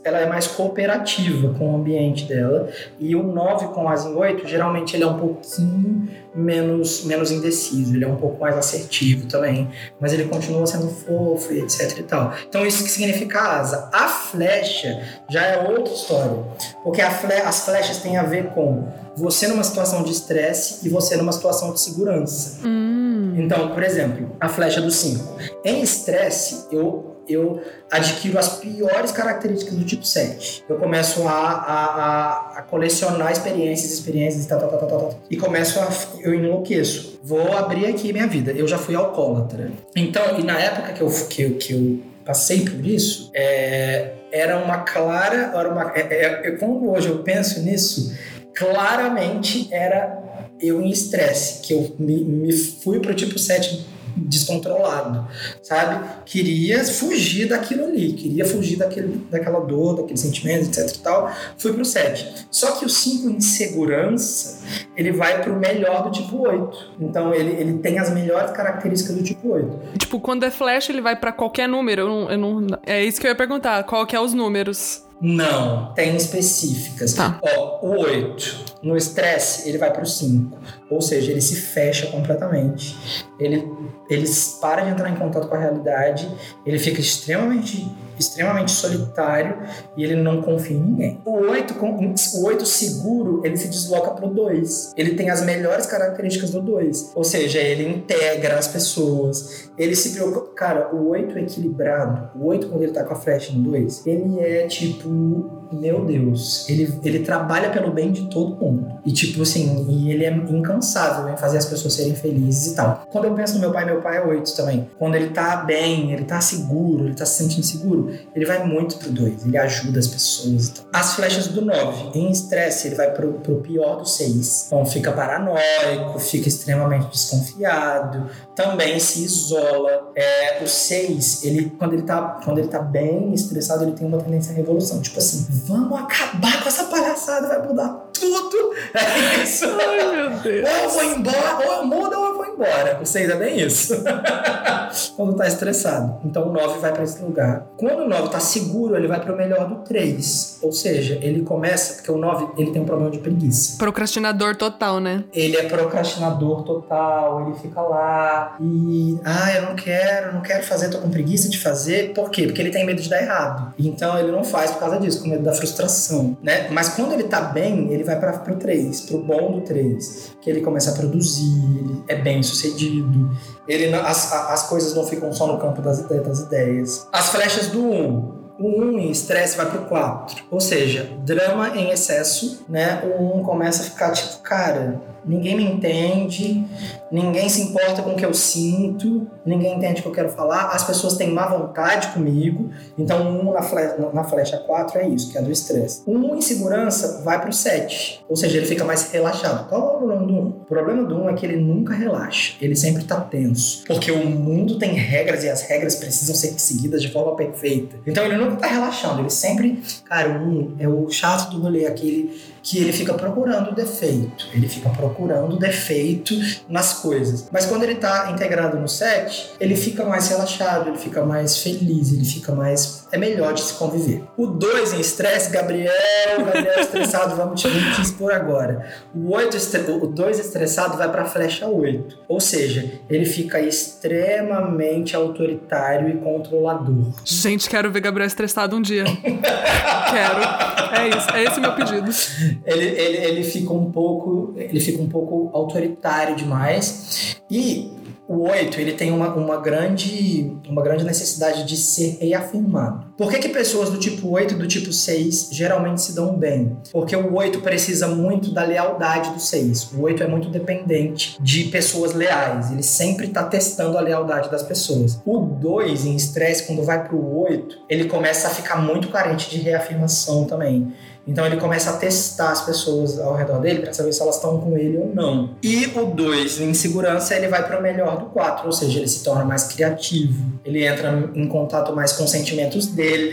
ela é mais cooperativa com o ambiente dela. E o nove com asa em oito, geralmente ele é um pouquinho menos, menos indeciso, ele é um pouco mais assertivo também, mas ele continua sendo fofo e etc e tal. Então isso que significa a asa. A flecha já é outra história, porque a fle- as flechas têm a ver com você numa situação de estresse e você numa situação de segurança. Hum. Então, por exemplo, a flecha do cinco. Em estresse, eu eu adquiro as piores características do tipo sete. Eu começo a, a, a, a colecionar experiências, experiências e tal, tal, tal, tal, tal. E começo a... eu enlouqueço. Vou abrir aqui minha vida. Eu já fui alcoólatra. Então, e na época que eu, que eu, que eu passei por isso, é, era uma clara... Era uma, é, é, como hoje eu penso nisso, claramente era eu em estresse, que eu me, me fui pro tipo sete descontrolado, sabe? Queria fugir daquilo ali, queria fugir daquele, daquela dor, daqueles sentimentos, etc e tal. Fui pro sete. Só que o cinco em segurança, ele vai pro melhor do tipo oito. Então ele, ele tem as melhores características do tipo oito. Tipo, quando é flash, ele vai pra qualquer número. Eu não, eu não, é isso que eu ia perguntar. Qual que é os números? Não, tem específicas. Tá. Ó, o oito, no estresse, ele vai pro cinco. Ou seja, ele se fecha completamente. Ele, ele para de entrar em contato com a realidade. Ele fica extremamente, extremamente solitário e ele não confia em ninguém. O oito, o oito seguro, ele se desloca pro dois. Ele tem as melhores características do dois. Ou seja, ele integra as pessoas. Ele se preocupa... Cara, o oito equilibrado, o oito quando ele tá com a flecha em dois, ele é tipo... Meu Deus, ele, ele trabalha pelo bem de todo mundo. E tipo assim, e ele é incansável em fazer as pessoas serem felizes e tal. Quando eu penso no meu pai, meu pai é oito também. Quando ele tá bem, ele tá seguro, ele tá se sentindo seguro, ele vai muito pro dois, ele ajuda as pessoas e tal. As flechas do nove, em estresse, ele vai pro, pro pior do seis. Então fica paranoico, fica extremamente desconfiado, também se isola. É, o seis, ele, quando, ele tá, quando ele tá bem estressado, ele tem uma tendência à revolução. Tipo assim, vamos acabar com essa palhaçada, vai mudar tudo. É isso. Ai, meu Deus. Ou eu vou embora, ou eu mudo, ou eu vou embora. O seis é bem isso. Quando tá estressado. Então o nove vai pra esse lugar. Quando o nove tá seguro, ele vai pro melhor do três. Ou seja, ele começa, porque o nove, ele tem um problema de preguiça. Procrastinador total, né? Ele é procrastinador total, ele fica lá e... Ah, eu não quero, eu não quero fazer, tô com preguiça de fazer. Por quê? Porque ele tem medo de dar errado. Então ele não faz por causa disso, com medo da frustração, né? Mas quando ele tá bem, ele vai para pro três, pro bom do três, que ele começa a produzir, ele é bem sucedido, ele não, as, as coisas não ficam só no campo das, das ideias. As flechas do um. O um em estresse vai pro quatro. Ou seja, drama em excesso, né? O um começa a ficar tipo, cara, ninguém me entende, ninguém se importa com o que eu sinto, ninguém entende o que eu quero falar, as pessoas têm má vontade comigo. Então, um na flecha, na flecha quatro é isso, que é do estresse. O um em segurança vai pro sete. Ou seja, ele fica mais relaxado. Qual é o problema do um? O problema do um é que ele nunca relaxa. Ele sempre tá tenso. Porque o mundo tem regras e as regras precisam ser seguidas de forma perfeita. Então, ele nunca tá relaxando. Ele sempre... Cara, o um é o chato do rolê, aquele que ele fica procurando defeito. Ele fica procurando defeito nas coisas. Mas quando ele tá integrado no sete, ele fica mais relaxado, ele fica mais feliz, ele fica mais... É melhor de se conviver. O dois em estresse, Gabriel, Gabriel estressado, vamos te, vamos te expor agora. O, oito, o dois estressado vai pra flecha oito. Ou seja, ele fica extremamente autoritário e controlador. Gente, quero ver Gabriel estressado um dia. Quero. É isso, é esse o meu pedido. Ele, ele, ele fica um pouco ele fica um pouco autoritário demais. E o oito, ele tem uma, uma, grande, uma grande necessidade de ser reafirmado. Por que que pessoas do tipo oito e do tipo seis geralmente se dão bem? Porque o oito precisa muito da lealdade do seis. O oito é muito dependente de pessoas leais. Ele sempre está testando a lealdade das pessoas. O dois, em estresse, quando vai para o oito, ele começa a ficar muito carente de reafirmação também. Então ele começa a testar as pessoas ao redor dele para saber se elas estão com ele ou não. E o dois, em segurança, ele vai para o melhor do quatro, ou seja, ele se torna mais criativo, ele entra em contato mais com os sentimentos dele,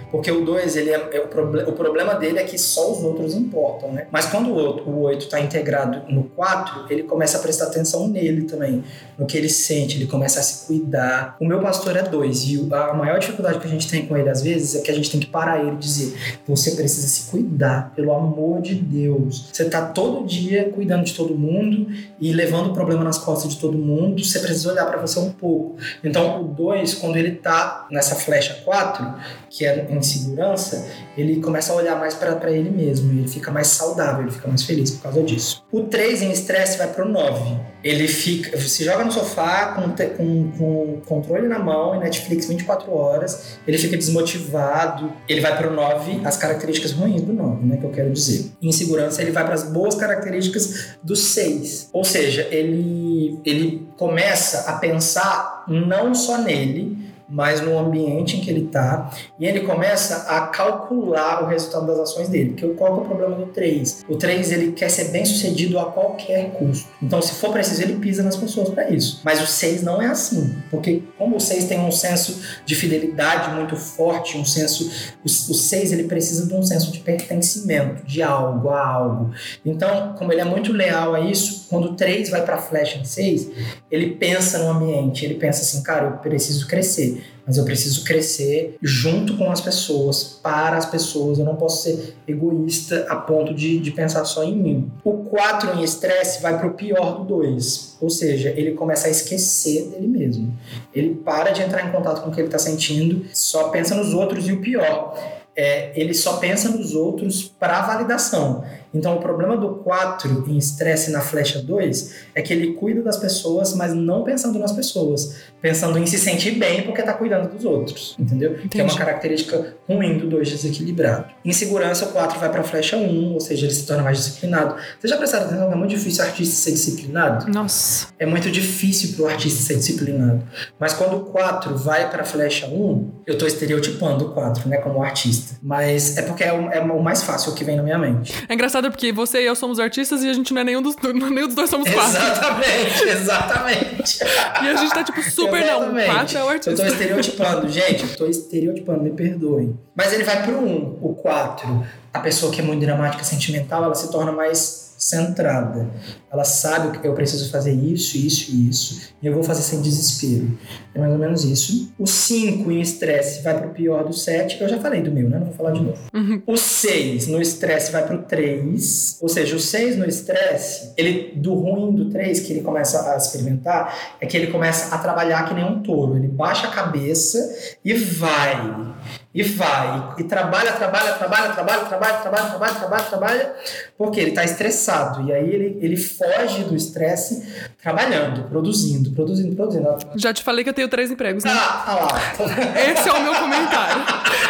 Porque o dois, ele é, é o, proble- o problema dele é que só os outros importam, né? Mas quando o, outro, o oito está integrado no quatro, ele começa a prestar atenção nele também, no que ele sente, ele começa a se cuidar. O meu pastor é dois, e a maior dificuldade que a gente tem com ele às vezes é que a gente tem que parar ele e dizer: você precisa se cuidar, pelo amor de Deus. Você tá todo dia cuidando de todo mundo e levando o problema nas costas de todo mundo, você precisa olhar para você um pouco. Então o dois, quando ele tá nessa flecha quatro, que é insegurança, ele começa a olhar mais para ele mesmo, ele fica mais saudável, ele fica mais feliz por causa disso. O três em estresse vai pro nove. Ele fica, se joga no sofá com, te, com, com controle na mão e Netflix vinte e quatro horas, ele fica desmotivado, ele vai pro nove, as características ruins do nove, né, que eu quero dizer. Em insegurança, ele vai para as boas características do seis. Ou seja, ele, ele começa a pensar não só nele, mas no ambiente em que ele está, e ele começa a calcular o resultado das ações dele. Porque qual que é o problema do três? O três, ele quer ser bem sucedido a qualquer custo. Então, se for preciso, ele pisa nas pessoas para isso. Mas o seis não é assim, porque como o seis tem um senso de fidelidade muito forte, um senso, o seis, ele precisa de um senso de pertencimento, de algo, a algo. Então, como ele é muito leal a isso, quando o três vai para a flecha em seis, ele pensa no ambiente, ele pensa assim: cara, eu preciso crescer, mas eu preciso crescer junto com as pessoas, para as pessoas. Eu não posso ser egoísta a ponto de, de pensar só em mim. O quatro em estresse vai para o pior do dois, ou seja, ele começa a esquecer dele mesmo. Ele para de entrar em contato com o que ele está sentindo, só pensa nos outros, e o pior, é, ele só pensa nos outros para validação. Então, o problema do quatro em estresse na flecha dois é que ele cuida das pessoas, mas não pensando nas pessoas, pensando em se sentir bem porque está cuidando dos outros, entendeu? Entendi. Que é uma característica ruim do dois desequilibrado. Em segurança, o quatro vai para a flecha um, ou seja, ele se torna mais disciplinado. Vocês já prestaram atenção que é muito difícil o artista ser disciplinado? Nossa. É muito difícil para o artista ser disciplinado. Mas quando o quatro vai para a flecha um, eu estou estereotipando o quatro, né, como artista. Mas é porque é o, é o mais fácil, o que vem na minha mente. É engraçado porque você e eu somos artistas e a gente não é nenhum dos, nenhum dos dois, somos quatro. Exatamente, exatamente. E a gente tá tipo super exatamente. Não, quatro é o artista. Eu tô estereotipando, gente, eu tô estereotipando, me perdoem. Mas ele vai pro um, o quatro. A pessoa que é muito dramática, sentimental, ela se torna mais centrada. Ela sabe que eu preciso fazer isso, isso e isso, e eu vou fazer sem desespero. É mais ou menos isso. O cinco em estresse vai pro pior do sete. Eu já falei do meu, né? Não vou falar de novo. Uhum. O seis no estresse vai pro três. Ou seja, o seis no estresse, ele, do ruim do três, que ele começa a experimentar, é que ele começa a trabalhar que nem um touro. Ele baixa a cabeça e vai. E vai, e trabalha, trabalha, trabalha, trabalha, trabalha, trabalha, trabalha, trabalha, trabalha, porque ele está estressado. E aí ele, ele foge do estresse trabalhando, produzindo, produzindo, produzindo. Já te falei que eu tenho três empregos, né? Ah, ah lá. Esse é o meu comentário.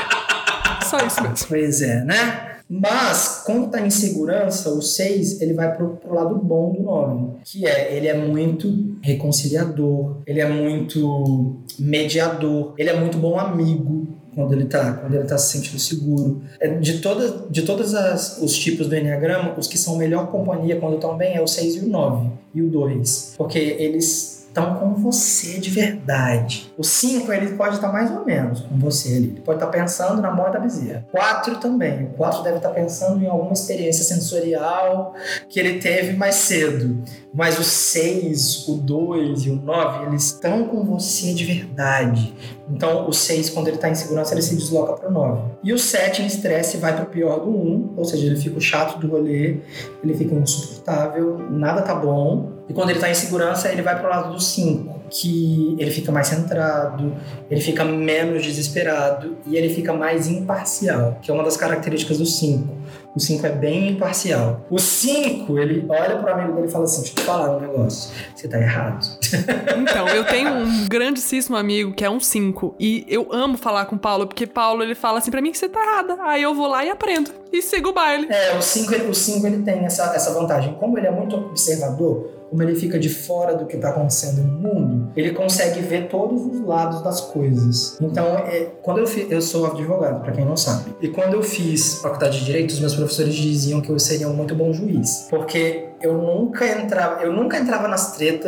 Só isso mesmo. Pois é, né? Mas, quando está em segurança, o seis, ele vai pro, pro lado bom do nove, que é, ele é muito reconciliador, ele é muito mediador, ele é muito bom amigo. Quando ele está quando ele tá se sentindo seguro. De, toda, de todos as, os tipos do Enneagrama, os que são melhor companhia quando estão bem é o seis e o nove. E o dois. Porque eles estão com você de verdade. O cinco, ele pode estar mais ou menos com você ali. Ele pode estar pensando na morte da bezerra. quatro também. O quatro deve estar pensando em alguma experiência sensorial que ele teve mais cedo. Mas o seis, o dois e o nove, eles estão com você de verdade. Então, o seis, quando ele está em segurança, ele se desloca para o nove. E o sete, em estresse, vai para o pior do um, ou seja, ele fica o chato do rolê, ele fica insuportável, nada tá bom. E quando ele está em segurança, ele vai para o lado do cinco, que ele fica mais centrado, ele fica menos desesperado e ele fica mais imparcial, que é uma das características do cinco. O cinco é bem imparcial. O cinco, ele olha pro amigo dele e fala assim: deixa eu te falar um negócio, você tá errado. Então, eu tenho um grandíssimo amigo que é um cinco, e eu amo falar com o Paulo, porque Paulo, ele fala assim pra mim que você tá errada. Aí eu vou lá e aprendo, e sigo o baile. É, o cinco, o cinco ele tem essa, essa vantagem. Como ele é muito observador, como ele fica de fora do que está acontecendo no mundo, ele consegue ver todos os lados das coisas. Então, é, quando eu fiz, eu sou advogado, para quem não sabe, e quando eu fiz faculdade de Direito, os meus professores diziam que eu seria um muito bom juiz, porque eu nunca entrava, eu nunca entrava nas tretas,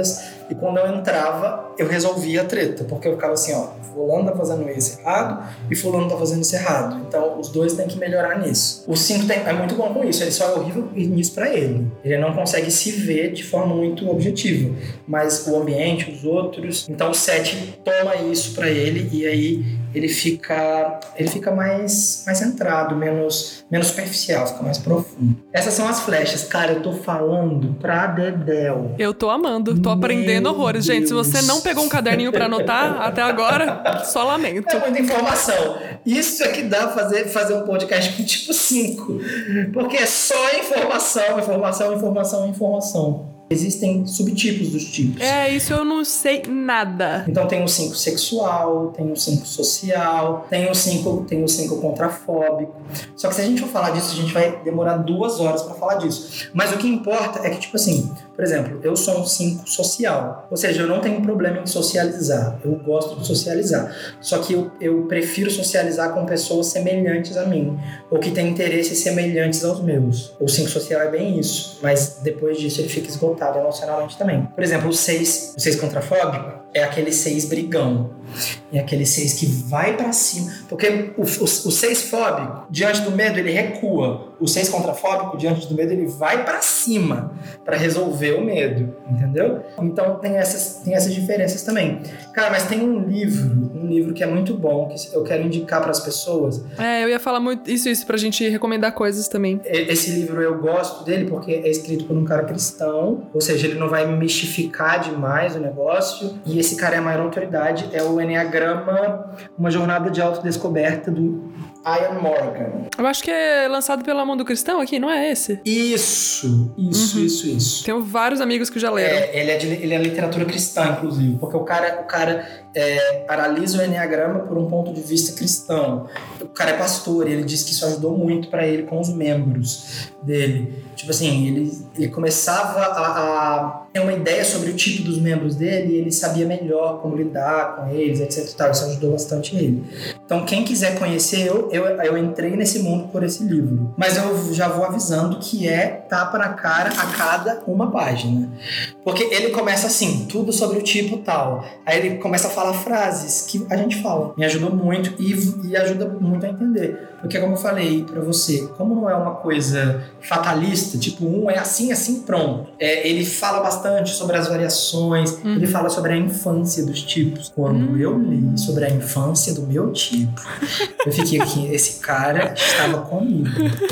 E quando eu entrava, eu resolvia a treta, porque eu ficava assim, ó, fulano tá fazendo isso errado e fulano tá fazendo isso errado. Então, os dois têm que melhorar nisso. O cinco é muito bom com isso, ele só é horrível nisso pra ele. Ele não consegue se ver de forma muito objetiva, mas o ambiente, os outros... Então, o sete toma isso pra ele e aí ele fica, ele fica mais, mais centrado, menos, menos superficial, fica mais profundo. Essas são as flechas. Cara, eu tô falando pra dedéu. Eu tô amando, tô aprendendo Meu horrores. Gente, se você não pegou um caderninho pra anotar até agora, só lamento. É muita informação. Isso é que dá fazer, fazer um podcast com tipo cinco. Porque é só informação, informação, informação, informação. Existem subtipos dos tipos. É, isso eu não sei nada. Então tem o cinco sexual, tem o cinco social, tem o cinco, tem o cinco contrafóbico. Só que se a gente for falar disso, a gente vai demorar duas horas pra falar disso. Mas o que importa é que, tipo assim, por exemplo, eu sou um cinco social. Ou seja, eu não tenho problema em socializar. Eu gosto de socializar. Só que eu, eu prefiro socializar com pessoas semelhantes a mim. Ou que têm interesses semelhantes aos meus. O cinco social é bem isso. Mas depois disso ele fica esgotado emocionalmente também. Por exemplo, o seis, o seis contrafóbico é aquele seis brigão. É aquele seis que vai pra cima. Porque o, o, o seis fóbico, diante do medo, ele recua. O seis contrafóbico, diante do medo, ele vai pra cima pra resolver o medo. Entendeu? Então tem essas, tem essas diferenças também. Cara, mas tem um livro, um livro que é muito bom, que eu quero indicar pras pessoas. É, eu ia falar muito isso, isso, pra gente recomendar coisas também. Esse livro eu gosto dele porque é escrito por um cara cristão, ou seja, ele não vai mistificar demais o negócio. E esse cara é a maior autoridade, é o Enneagrama, uma jornada de autodescoberta do Ian Morgan. Eu acho que é lançado pela Mundo Cristão aqui, não é esse? Isso, isso, Uhum. isso, isso. Tenho vários amigos que já leram. É, ele, é de, ele é literatura cristã, inclusive, porque o cara, o cara é, analisa o Enneagrama por um ponto de vista cristão. O cara é pastor e ele diz que isso ajudou muito pra ele com os membros dele. Tipo assim, ele, ele começava a, a ter uma ideia sobre o tipo dos membros dele e ele sabia melhor como lidar com eles, etc e tal. Isso ajudou bastante ele. Então, quem quiser conhecer, eu, eu, eu entrei nesse mundo por esse livro. Mas eu já vou avisando que é tapa na cara a cada uma página. Porque ele começa assim, tudo sobre o tipo tal. Aí ele começa a falar frases que a gente fala. Me ajudou muito e, e ajuda muito a entender. Porque como eu falei pra você, como não é uma coisa fatalista, tipo, um é assim, assim, pronto. É, ele fala bastante sobre as variações, uhum. Ele fala sobre a infância dos tipos. Quando uhum. eu li sobre a infância do meu tipo, eu fiquei aqui, esse cara estava comigo.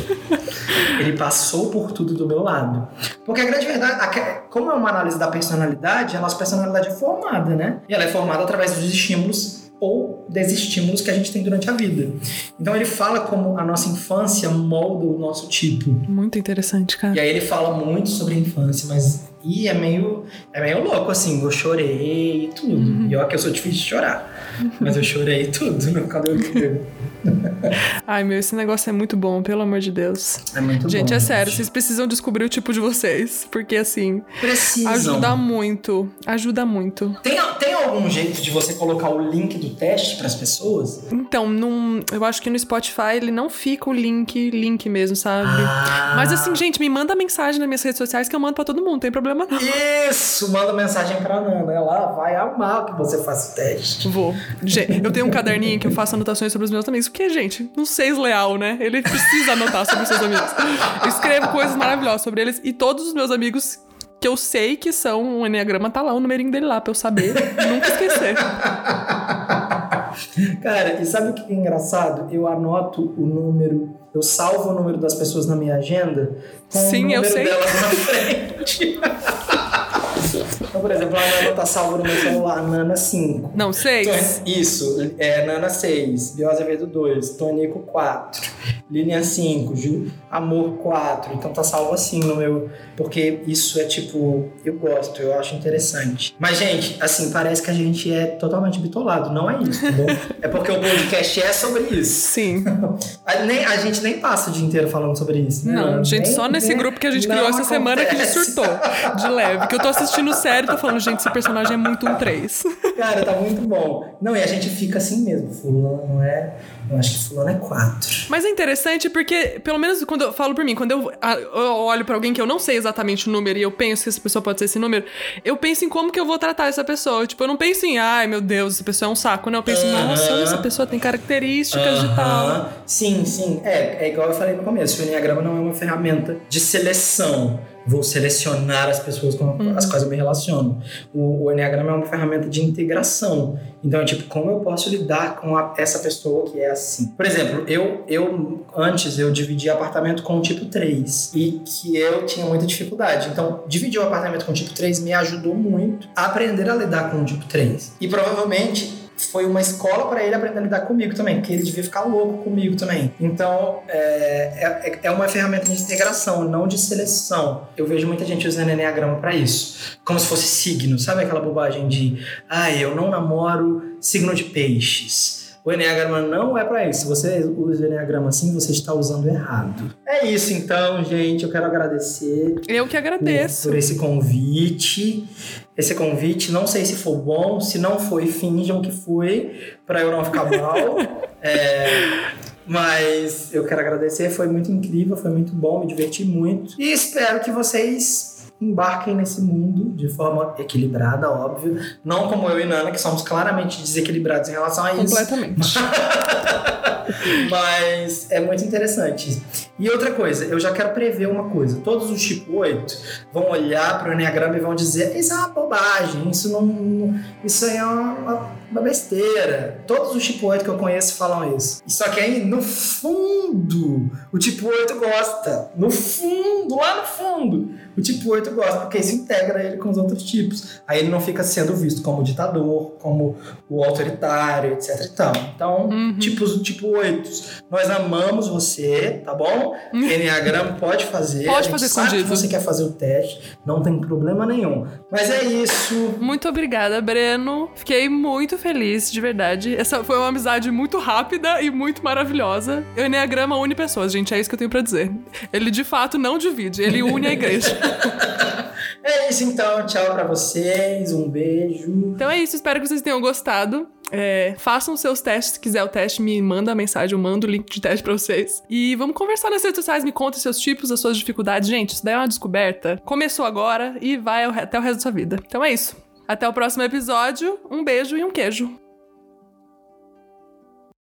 Ele passou por tudo do meu lado. Porque a grande verdade, como é uma análise da personalidade, a nossa personalidade é formada, né? E ela é formada através dos estímulos ou desestímulos que a gente tem durante a vida. Então ele fala como a nossa infância molda o nosso tipo. Muito interessante, cara. E aí ele fala muito sobre a infância, mas e é meio, é meio louco, assim, eu chorei e tudo. Uhum. E olha que eu sou difícil de chorar. Mas eu chorei tudo no quando eu li. Ai, meu, esse negócio é muito bom, pelo amor de Deus. É muito gente, bom. Gente, é sério, gente. Vocês precisam descobrir o tipo de vocês. Porque, assim, precisam. Ajuda muito. Ajuda muito. Tem, tem algum jeito de você colocar o link do teste pras pessoas? Então, num, eu acho que no Spotify ele não fica o link, link mesmo, sabe? Ah. Mas assim, gente, me manda mensagem nas minhas redes sociais que eu mando pra todo mundo, não tem problema não. Isso, manda mensagem pra Nana. Ela vai amar que você faça o teste. Vou. Gente, eu tenho um caderninho que eu faço anotações sobre os meus amigos, porque, gente, um seis leal, né? Ele precisa anotar sobre os seus amigos. Eu escrevo coisas maravilhosas sobre eles e todos os meus amigos que eu sei que são um Enneagrama, tá lá, o numerinho dele lá pra eu saber, nunca esquecer. Cara, e sabe o que é engraçado? Eu anoto o número, eu salvo o número das pessoas na minha agenda com Sim, o número eu sei. delas na frente. Então, por exemplo, a Nana tá salva no meu celular, Nana cinco. Não, seis. Isso, é Nana seis, Biel Azevedo dois, Tonico quatro, Lilian cinco, Ju, Amor quatro. Então tá salvo assim no meu... Porque isso é tipo... Eu gosto, eu acho interessante. Mas, gente, assim, parece que a gente é totalmente bitolado. Não é isso, tá bom? É porque o podcast é sobre isso. Sim. A, nem, a gente nem passa o dia inteiro falando sobre isso, né? Não, gente, nem, só nesse nem, grupo que a gente criou essa semana que a gente surtou de leve. Que eu tô assistindo série e tô falando, gente, esse personagem é muito um três. Cara, tá muito bom. Não, e a gente fica assim mesmo. Fulano não é... Eu acho que fulano é quatro. Mas é interessante porque, pelo menos quando eu falo por mim, quando eu, eu olho pra alguém que eu não sei exatamente o número e eu penso que essa pessoa pode ser esse número, eu penso em como que eu vou tratar essa pessoa. Tipo, eu não penso em, ai meu Deus, essa pessoa é um saco. Não, eu penso, uh-huh. nossa, essa pessoa tem características uh-huh. de tal. Sim, sim. É, é igual eu falei no começo. O Enneagrama não é uma ferramenta de seleção. Vou selecionar as pessoas com uhum. as quais eu me relaciono. O, o Enneagrama é uma ferramenta de integração. Então, é tipo, como eu posso lidar com a, essa pessoa que é assim? Por exemplo, eu, eu antes eu dividi apartamento com o tipo três e que eu tinha muita dificuldade. Então, dividir o apartamento com o tipo três me ajudou muito a aprender a lidar com o tipo três. E provavelmente foi uma escola para ele aprender a lidar comigo também, porque ele devia ficar louco comigo também. Então, é, é, é uma ferramenta de integração, não de seleção. Eu vejo muita gente usando Enneagrama para isso, como se fosse signo. Sabe aquela bobagem de, ah, eu não namoro signo de peixes. O Enneagrama não é para isso. Se você usa o Enneagrama assim, você está usando errado. É isso então, gente. Eu quero agradecer. Eu que agradeço. Por, por esse convite. Esse convite, não sei se foi bom. Se não foi, finjam que foi, para eu não ficar mal. é, mas eu quero agradecer. Foi muito incrível, foi muito bom, me diverti muito. E espero que vocês embarquem nesse mundo de forma equilibrada, óbvio. Não como eu e Nana, que somos claramente desequilibrados em relação a isso. Completamente. Mas é muito interessante. E outra coisa, eu já quero prever uma coisa. Todos os tipo oito vão olhar para o Enneagrama e vão dizer, isso é uma bobagem, isso não, isso aí é uma, uma besteira. Todos os tipo oito que eu conheço falam isso. Só que aí, no fundo, o tipo oito gosta. No fundo, lá no fundo, o tipo oito gosta, porque isso integra ele com os outros tipos. Aí ele não fica sendo visto como ditador, como o autoritário, etc e tal. Então, uhum. tipos, tipo oito, nós amamos você, tá bom? Enneagrama pode fazer. Pode fazer sabe escondido. Que você quer fazer o teste, não tem problema nenhum. Mas é isso. Muito obrigada, Breno. Fiquei muito feliz, de verdade. Essa foi uma amizade muito rápida e muito maravilhosa. O Enneagrama une pessoas, gente, é isso que eu tenho pra dizer. Ele, de fato, não divide, ele une a igreja. É isso então, tchau pra vocês, um beijo. Então é isso, espero que vocês tenham gostado. É, façam os seus testes, se quiser o teste, me manda a mensagem, eu mando o link de teste pra vocês. E vamos conversar nas redes sociais, me conta os seus tipos, as suas dificuldades. Gente, isso daí é uma descoberta. Começou agora e vai até o resto da sua vida. Então é isso. Até o próximo episódio, um beijo e um queijo.